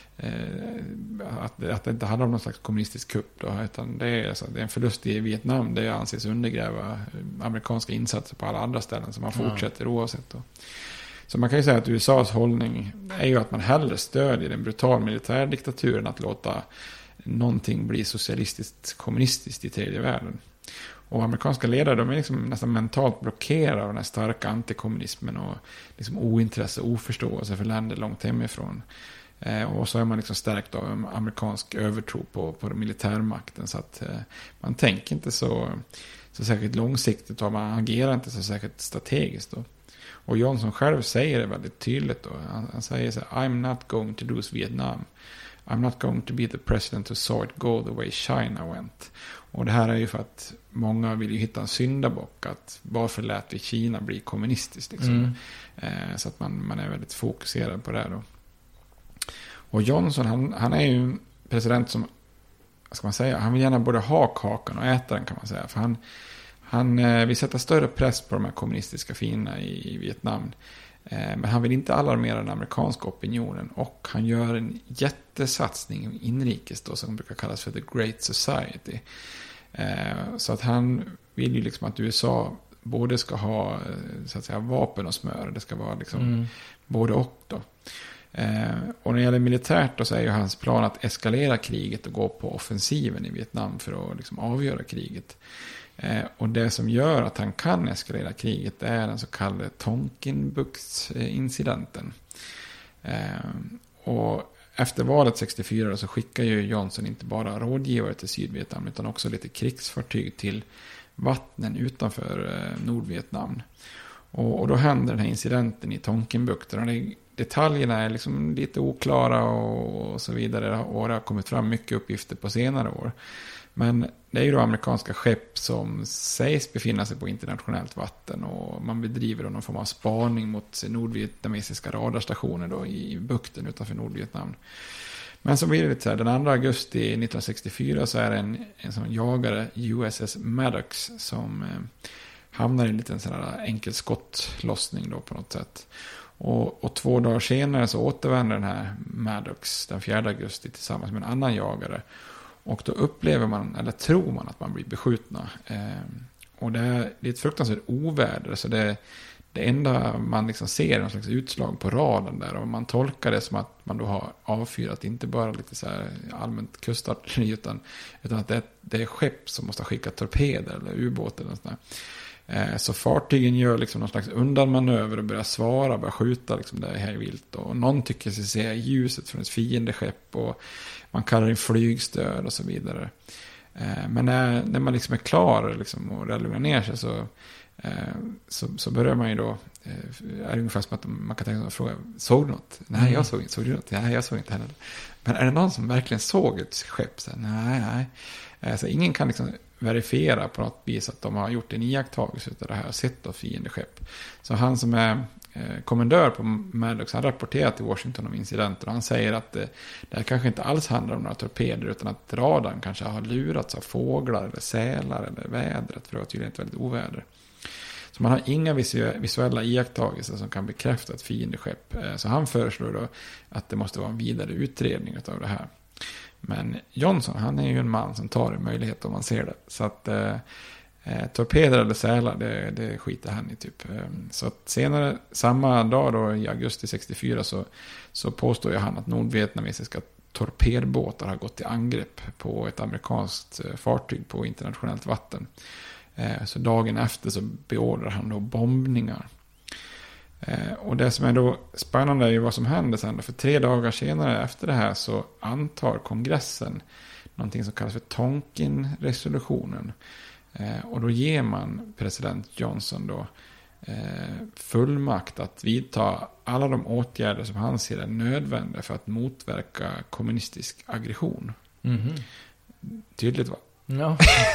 att det inte handlar om någon slags kommunistisk kupp då, utan det är en förlust i Vietnam, det anses undergräva amerikanska insatser på alla andra ställen, som man fortsätter oavsett då. Så man kan ju säga att USAs hållning är ju att man hellre stödjer en brutal militärdiktatur än att låta någonting bli socialistiskt kommunistiskt i tredje världen. Och amerikanska ledare, de är liksom nästan mentalt blockerade av den här starka antikommunismen och liksom ointresse, oförståelse för länder långt hemifrån. Och så är man liksom stärkt av en amerikansk övertro på militärmakten, så att man tänker inte så särskilt långsiktigt och man agerar inte så särskilt strategiskt då. Och Johnson själv säger det väldigt tydligt då. Han säger så här: I'm not going to lose Vietnam. I'm not going to be the president who saw it go the way China went. Och det här är ju för att många vill ju hitta en syndabock, att varför lät vi Kina bli kommunistiskt liksom. Så att man är väldigt fokuserad på det då. Och Johnson, han är ju en president som, vad ska man säga, han vill gärna både ha kakan och äta den, kan man säga. För han vill sätta större press på de här kommunistiska fienderna i Vietnam. Men han vill inte alarmera den amerikanska opinionen. Och han gör en jättesatsning inrikes då, som brukar kallas för The Great Society. Så att han vill ju liksom att USA både ska ha, så att säga, vapen och smör. Det ska vara liksom både och då. Och när det gäller militärt då, så är ju hans plan att eskalera kriget och gå på offensiven i Vietnam för att liksom avgöra kriget. Och det som gör att han kan eskalera kriget är den så kallade Tonkinbukts-incidenten. Och efter valet 64 så skickar ju Johnson inte bara rådgivare till Sydvietnam utan också lite krigsfartyg till vattnen utanför Nordvietnam. Och då händer den här incidenten i Tonkinbukten. Och detaljerna är liksom lite oklara och så vidare. Och det har kommit fram mycket uppgifter på senare år. Men det är ju då amerikanska skepp som sägs befinna sig på internationellt vatten. Och man bedriver någon form av spaning mot nordvietnamesiska radarstationer då i bukten utanför Nordvietnam. Men så blir det lite så här, den 2 augusti 1964 så är det en sån jagare, USS Maddox, som hamnar i en liten sån här enkel skottlossning då på något sätt. Och 2 dagar senare så återvänder den här Maddox den 4 augusti tillsammans med en annan jagare. Och då upplever man, eller tror man, att man blir beskjutna. Och det är ett fruktansvärt oväder. Så det enda man liksom ser är någon slags utslag på raden där. Och man tolkar det som att man då har avfyrat, inte bara lite så här allmänt kustartilleri, utan att det är skepp som måste skicka torpeder eller ubåtar eller sånt där. Så fartygen gör liksom någon slags undanmanöver och börjar skjuta liksom det här vilt. Och någon tycker sig se ljuset från ett fiendeskepp och man kallar in flygstöd och så vidare. Men när man liksom är klar liksom och det lugnar ner sig så börjar man ju då, är det ungefär som att man kan tänka sig fråga: såg du något? Nej, jag såg inte. Såg du något? Nej, jag såg inte heller. Men är det någon som verkligen såg ett skepp? Så, nej. Så ingen kan liksom verifiera på något vis att de har gjort en iakttagelse av det här och sett av fiendeskepp. Så han som är kommendör på Maddox, han rapporterar till Washington om incidenten och han säger att det här kanske inte alls handlar om några torpeder utan att radarn kanske har lurats av fåglar eller sälar eller vädret, för det var tydligen ett väldigt oväder. Så man har inga visuella iakttagelser som kan bekräfta ett fiendeskepp. Så han föreslår då att det måste vara en vidare utredning av det här. Men Johnson, han är ju en man som tar en möjlighet om man ser det. Så att torpeder eller sälar, det skiter han i typ. Så att senare, samma dag då i augusti 64 så påstår han att nordvietnamesiska torpedbåtar har gått till angrepp på ett amerikanskt fartyg på internationellt vatten. Så dagen efter så beordrar han då bombningar. Och det som är då spännande är ju vad som händer sen. För 3 dagar senare efter det här så antar kongressen någonting som kallas för Tonkin-resolutionen. Och då ger man president Johnson då fullmakt att vidta alla de åtgärder som han ser är nödvändiga för att motverka kommunistisk aggression. Tydligt, va? Ja.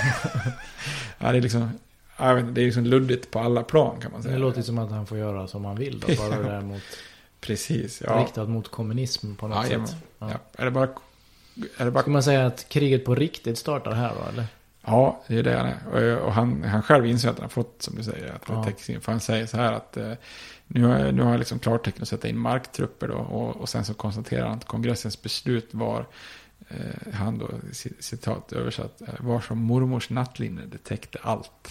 Ja, det är liksom... Det är liksom luddigt på alla plan, kan man säga. Det låter som att han får göra som han vill då, bara det mot, precis, ja. Riktat mot kommunism på något sätt. Ja. Är det bara... Ska man säga att kriget på riktigt startar här då, eller? Ja, det är det han är. Och han själv inser att han har fått, som du säger, att det täcks in. För han säger så här att nu har jag liksom klartecken att sätta in marktrupper då. Och sen så konstaterar han att kongressens beslut var, han då, citat översatt, var som mormors nattlinne, det täckte allt.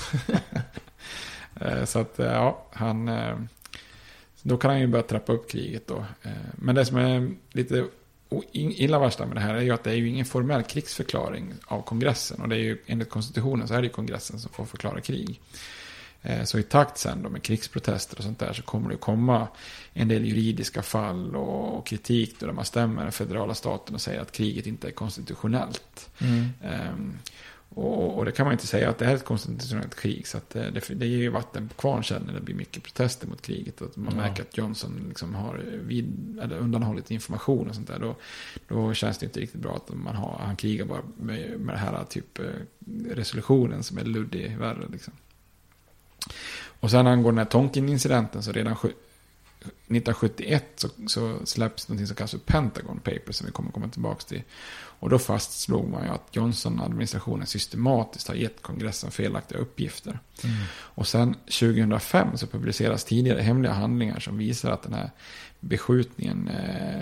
Så att ja, då kan han ju börja trappa upp kriget då. Men det som är lite illavarslande med det här är ju att det är ju ingen formell krigsförklaring av kongressen. Och det är ju enligt konstitutionen så är det ju kongressen som får förklara krig. Så i takt sen då med krigsprotester och sånt där så kommer det komma en del juridiska fall och kritik då där man stämmer den federala staten och säger att kriget inte är konstitutionellt. Och det kan man inte säga att det här är ett konstitutionellt krig, så att det ger ju vatten på kvarn sen när det blir mycket protester mot kriget, och att man märker att Johnson liksom har undanhållit information och sånt där, då känns det inte riktigt bra att han krigar bara med det här typ resolutionen som är luddig värre liksom. Och sen angående den här Tonkin-incidenten, så redan 1971 så släpps någonting som kallas för Pentagon Papers, som vi kommer komma tillbaka till. Och då fastslog man ju att Johnson-administrationen systematiskt har gett kongressen felaktiga uppgifter. Och sen 2005 så publiceras tidigare hemliga handlingar som visar att den här beskjutningen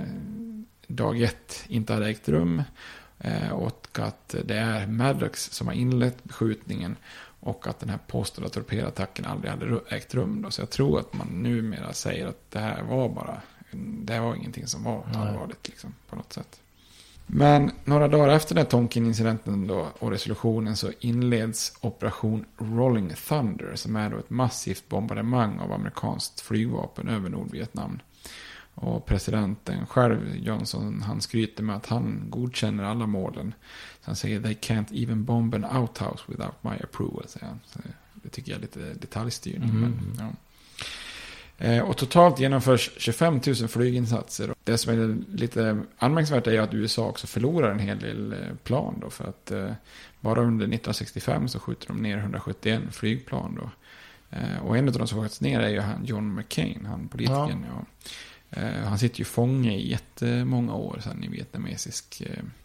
dag 1 inte hade ägt rum. Och att det är Maddox som har inlett beskjutningen. Och att den här påstådda torpedattacken aldrig hade ägt rum då. Så jag tror att man numera säger att det här var ingenting som var allvarligt liksom, på något sätt. Men några dagar efter den här Tonkin-incidenten då, och resolutionen, så inleds operation Rolling Thunder, som är då ett massivt bombardemang av amerikanskt flygvapen över Nordvietnam. Och presidenten själv, Johnson, han skryter med att han godkänner alla målen. Så han säger, they can't even bomb an outhouse without my approval, säger han. Så det tycker jag är lite detaljstyrning. Men, ja. Och totalt genomförs 25 000 flyginsatser. Det som är lite anmärkningsvärt är att USA också förlorar en hel del plan då, för att bara under 1965 så skjuter de ner 171 flygplan då. Och en av de som skjuts ner är ju han John McCain, han politikern. Ja. Han sitter ju fånge i jättemånga år sedan i vietnamesisk...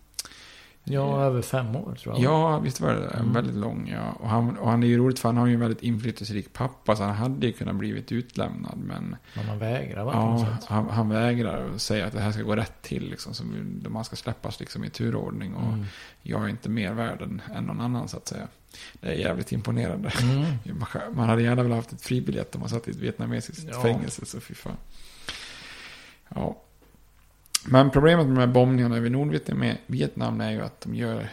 över 5 år tror jag. Ja, visst var det väldigt lång. Ja. Och han är ju roligt, för han har ju en väldigt inflytelserik pappa, så han hade ju kunnat blivit utlämnad. Men han vägrar, va? Ja, han vägrar och säger att det här ska gå rätt till. Liksom, så man ska släppas liksom i turordning. Och jag är inte mer värd än någon annan, så att säga. Det är jävligt imponerande. Man hade gärna väl haft ett fribiljett om man satt i ett vietnamesiskt fängelse, så fy fan. Ja. Men problemet med de här bombningarna över Nordvietnam är ju att de gör,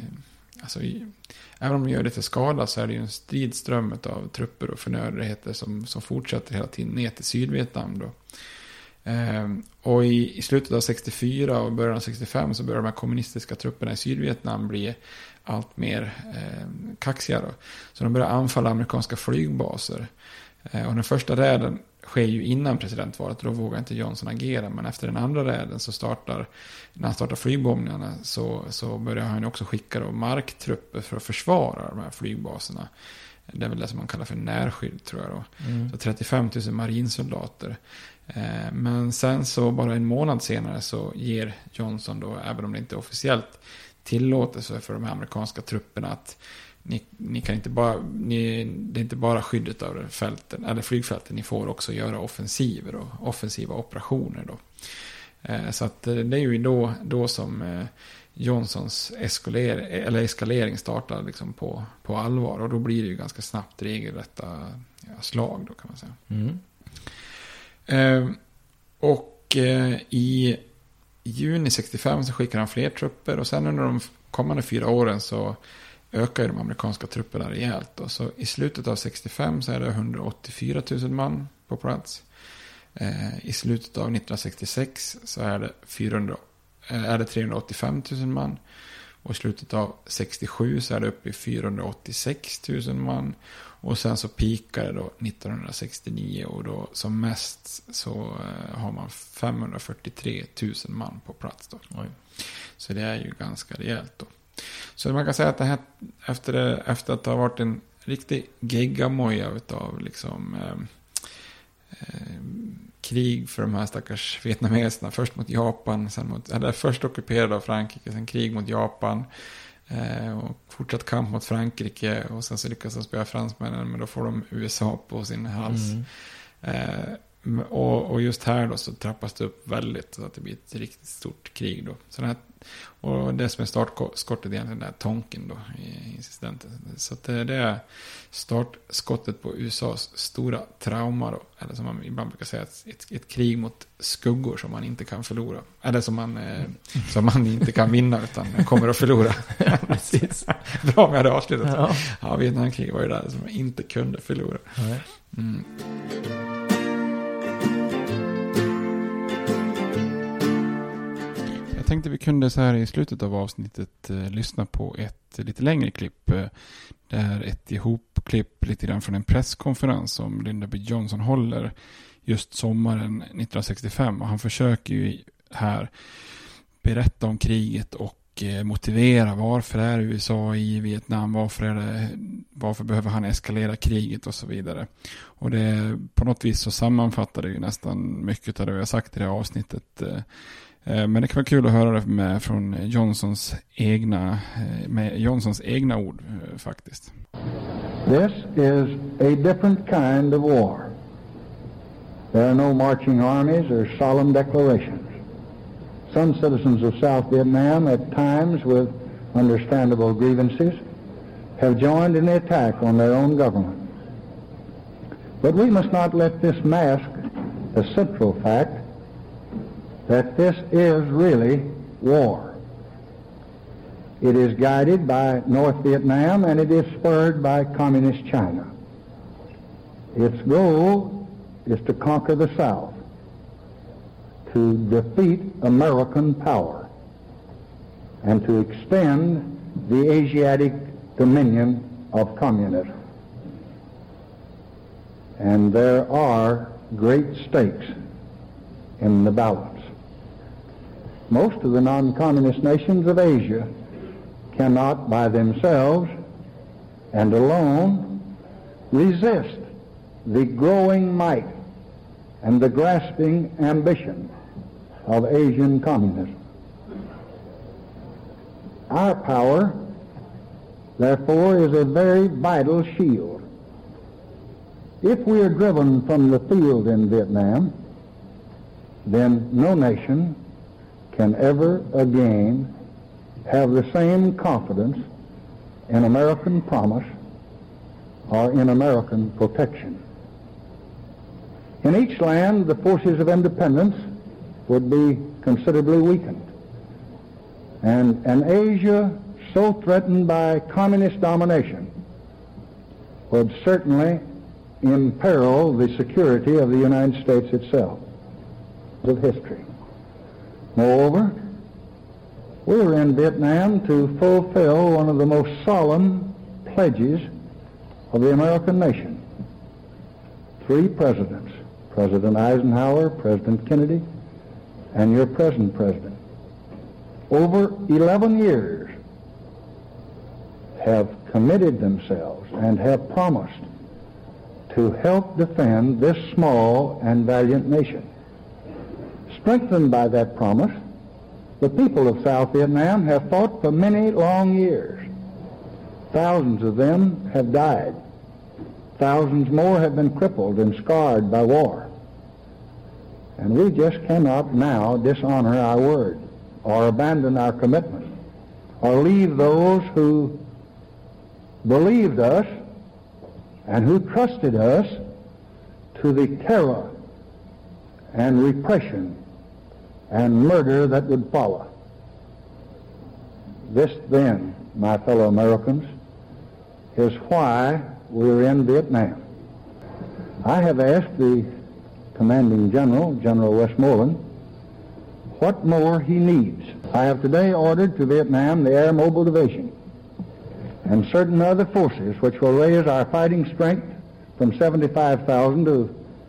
även om de gör lite skada, så är det ju en stridström av trupper och förnödenheter som fortsätter hela tiden ner till Sydvietnam då. Och i slutet av 64 och början av 65 så börjar de här kommunistiska trupperna i Sydvietnam bli allt mer kaxiga då. Så de börjar anfalla amerikanska flygbaser. Och den första räden sker ju innan presidentvalet, och då vågar inte Johnson agera. Men efter den andra räden så när han startar flygbombningarna så börjar han också skicka då marktrupper för att försvara de här flygbaserna. Det är väl det som man kallar för närskydd, tror jag då. Så 35 000 marinsoldater. Men sen så bara en månad senare så ger Johnson då, även om det inte är officiellt, tillåtelse för de här amerikanska trupperna att ni kan inte bara, det är inte bara skyddet av fälten, eller flygfälten, ni får också göra offensiver och offensiva operationer då. Så att det är ju då som Johnsons eskalering startar liksom på allvar, och då blir det ju ganska snabbt regelrätta slag då, kan man säga. Och i juni 65 så skickar han fler trupper, och sen under de kommande 4 åren så ökar de amerikanska trupperna rejält då. Så i slutet av 65 så är det 184 000 man på plats. I slutet av 1966 så är det 385 000 man. Och i slutet av 67 så är det uppe i 486 000 man. Och sen så pikar det då 1969, och då som mest så har man 543 000 man på plats då. Oj. Så det är ju ganska rejält då. Så man kan säga att det här, efter att det har varit en riktig geggamoja utav liksom krig för de här stackars vietnameserna. Först mot Japan, först ockuperade av Frankrike, sen krig mot Japan, och fortsatt kamp mot Frankrike, och sen så lyckas de spela fransmännen, men då får de USA på sin hals. Och just här då så trappas det upp väldigt så att det blir ett riktigt stort krig då. Så det här, och det som är startskottet egentligen är Tonkin då i incidenten. Så att det är startskottet på USAs stora trauma då. Eller som man ibland brukar säga, ett krig mot skuggor som man inte kan förlora. Eller som man inte kan vinna utan kommer att förlora. Ja, precis. Bra om jag hade avslutat. Ja, Vietnamkrig var ju där som man inte kunde förlora. Mm. Jag tänkte vi kunde så här i slutet av avsnittet lyssna på ett lite längre klipp. Det är ett ihopklipp lite grann från en presskonferens som Lyndon B. Johnson håller just sommaren 1965. Och han försöker ju här berätta om kriget och motivera varför är USA i Vietnam, varför behöver han eskalera kriget och så vidare. Och det på något vis så sammanfattar det ju nästan mycket av det vi har sagt i det här avsnittet. Men det kan vara kul att höra det från Johnsons egna ord faktiskt. This is a different kind of war. There are no marching armies or solemn declarations. Some citizens of South Vietnam, at times with understandable grievances, have joined in the attack on their own government. But we must not let this mask the central fact that this is really war. It is guided by North Vietnam and it is spurred by Communist China. Its goal is to conquer the South, to defeat American power, and to extend the Asiatic dominion of communism. And there are great stakes in the balance. Most of the non-communist nations of Asia cannot by themselves and alone resist the growing might and the grasping ambition of Asian communism. Our power, therefore, is a very vital shield. If we are driven from the field in Vietnam, then no nation can ever again have the same confidence in American promise or in American protection. In each land, the forces of independence would be considerably weakened. And an Asia so threatened by communist domination would certainly imperil the security of the United States itself, of history. Moreover, we were in Vietnam to fulfill one of the most solemn pledges of the American nation. 3 presidents, President Eisenhower, President Kennedy, and your present president, over 11 years have committed themselves and have promised to help defend this small and valiant nation. Strengthened by that promise, the people of South Vietnam have fought for many long years. Thousands of them have died. Thousands more have been crippled and scarred by war. And we just cannot now dishonor our word or abandon our commitment or leave those who believed us and who trusted us to the terror and repression and murder that would follow. This then, my fellow Americans, is why we're in Vietnam. I have asked the commanding general, General Westmoreland, what more he needs. I have today ordered to Vietnam the Air Mobile Division and certain other forces which will raise our fighting strength from 75,000 to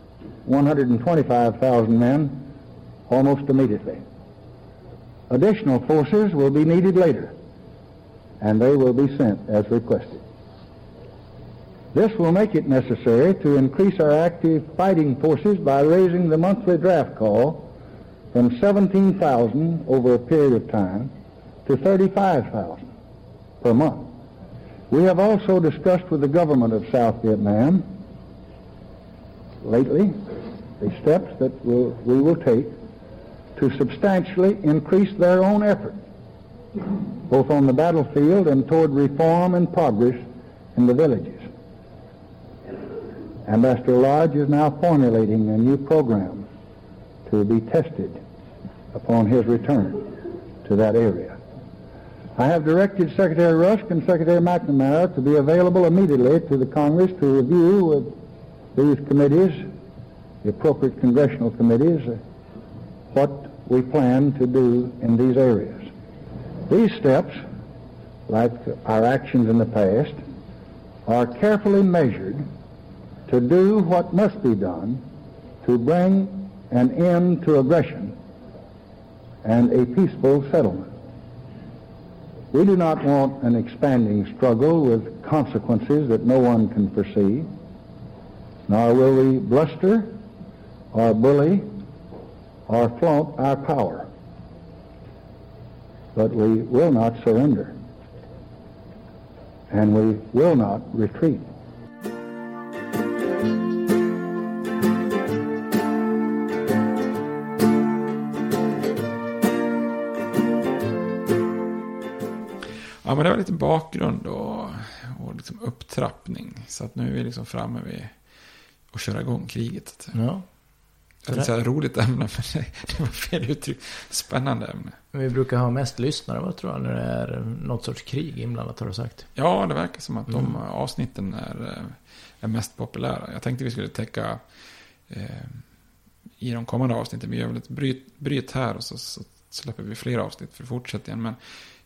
125,000 men almost immediately. Additional forces will be needed later, and they will be sent as requested. This will make it necessary to increase our active fighting forces by raising the monthly draft call from 17,000 over a period of time to 35,000 per month. We have also discussed with the government of South Vietnam lately the steps that we will take to substantially increase their own effort, both on the battlefield and toward reform and progress in the villages. Ambassador Lodge is now formulating a new program to be tested upon his return to that area. I have directed Secretary Rusk and Secretary McNamara to be available immediately to the Congress to review with these committees, the appropriate congressional committees, what we plan to do in these areas. These steps, like our actions in the past, are carefully measured to do what must be done to bring an end to aggression and a peaceful settlement. We do not want an expanding struggle with consequences that no one can foresee, nor will we bluster or bully or flaunt our power. But we will not surrender, and we will not retreat. Ja, men det var lite bakgrund och liksom upptrappning. Så att nu är vi liksom framme vid att köra igång kriget. Ja. Jag tänkte säga roligt ämne, men det var fel uttryck. Spännande ämne. Vi brukar ha mest lyssnare, vad tror jag, när det är något sorts krig inblandat, har du sagt? Ja, det verkar som att de avsnitten är mest populära. Jag tänkte vi skulle täcka i de kommande avsnitten. Vi gör väl ett bryt här och så släpper vi fler avsnitt för fortsättningen. Men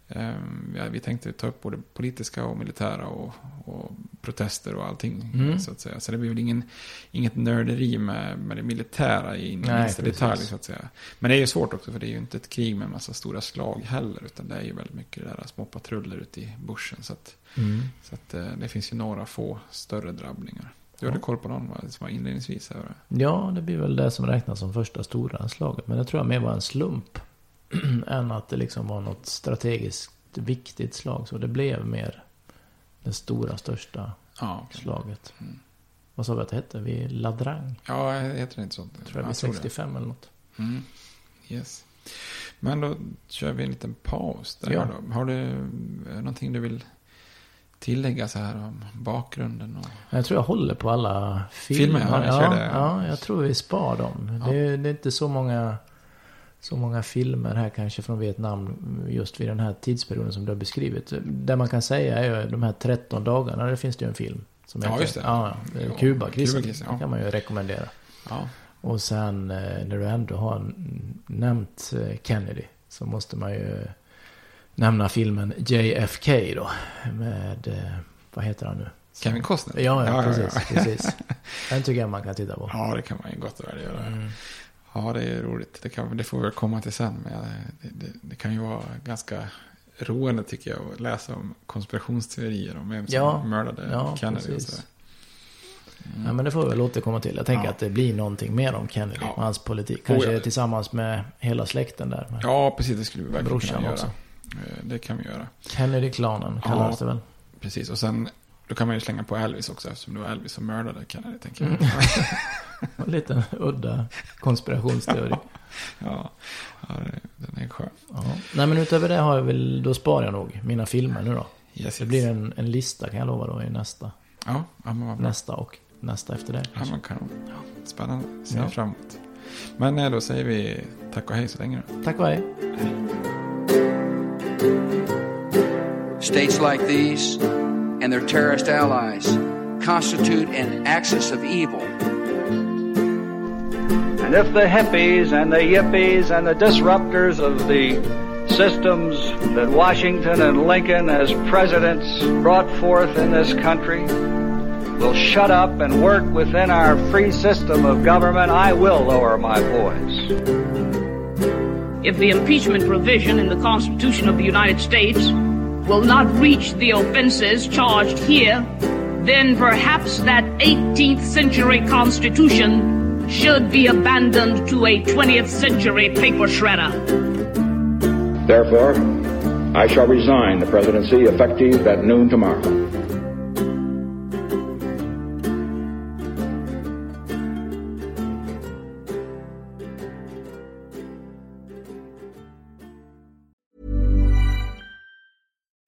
vi tänkte ta upp både politiska och militära och protester och allting så att säga. Så det blir väl inget nörderi med det militära i minsta detalj så att säga. Men det är ju svårt också, för det är ju inte ett krig med en massa stora slag heller, utan det är ju väldigt mycket där små patruller ute i bushen, så att det finns ju några få större drabbningar. Du hade koll på någon som var inledningsvis här? Ja, det blir väl det som räknas som första stora slaget, men det tror jag mer var en slump än att det liksom var något strategiskt viktigt slag. Så det blev mer det största slaget. Vad sa vi att det hette? Vid Ladrang. Ja, heter det inte sånt? Jag tror det är 65 eller något. Yes. Men då kör vi en liten paus där. Ja. Då. Har du någonting du vill tillägga så här om bakgrunden? Jag tror jag håller på alla filmer. Ja, jag tror vi spar dem. Ja. Det är inte så många filmer här kanske från Vietnam just vid den här tidsperioden som du har beskrivit. Det man kan säga är ju de här 13 dagarna, det finns det ju en film som heter, just det. Kuba-krisen. Det kan man ju rekommendera. Ja. Och sen när du ändå har nämnt Kennedy så måste man ju nämna filmen JFK då med, vad heter han nu? Kevin Costner? Ja, precis. Den tycker jag man kan titta på. Ja, det kan man ju gott väl göra. Ja, det är roligt. Det får vi komma till sen. Men det kan ju vara ganska roande tycker jag att läsa om konspirationsteorier om vem som mördade Kennedy. Och så. Ja, men det får vi väl återkomma till. Jag tänker att det blir någonting mer om Kennedy och hans politik. Kanske tillsammans med hela släkten där. Ja, precis. Det skulle vi verkligen kunna göra. Också. Det kan vi göra. Kennedy-klanen kallas det väl. Precis. Och sen då kan man ju slänga på Elvis också, eftersom det var Elvis som mördade Kennedy, tänker jag. En liten udda konspirationsteori. Ja, den är skön. Ja. Nej, men utöver det har jag väl, då sparar jag nog mina filmer nu då. Yes. Det blir en lista, kan jag lova då, i nästa. Ja, nästa och nästa efter det. Ja, man kan. Spännande. Ser framåt. Men då säger vi tack och hej så länge då. Tack och hej. States like these and their terrorist allies constitute an axis of evil. And if the hippies and the yippies and the disruptors of the systems that Washington and Lincoln as presidents brought forth in this country will shut up and work within our free system of government, I will lower my voice. If the impeachment provision in the Constitution of the United States will not reach the offenses charged here, then perhaps that 18th century Constitution should be abandoned to a 20th century paper shredder. Therefore, I shall resign the presidency effective at noon tomorrow.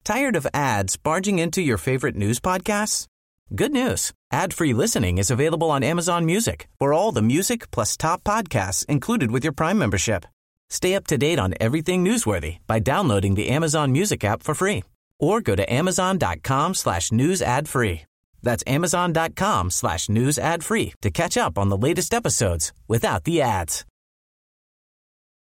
Tired of ads barging into your favorite news podcasts? Good news. Ad-free listening is available on Amazon Music for all the music plus top podcasts included with your Prime membership. Stay up to date on everything newsworthy by downloading the Amazon Music app for free or go to amazon.com/news ad free. That's amazon.com/news ad free to catch up on the latest episodes without the ads.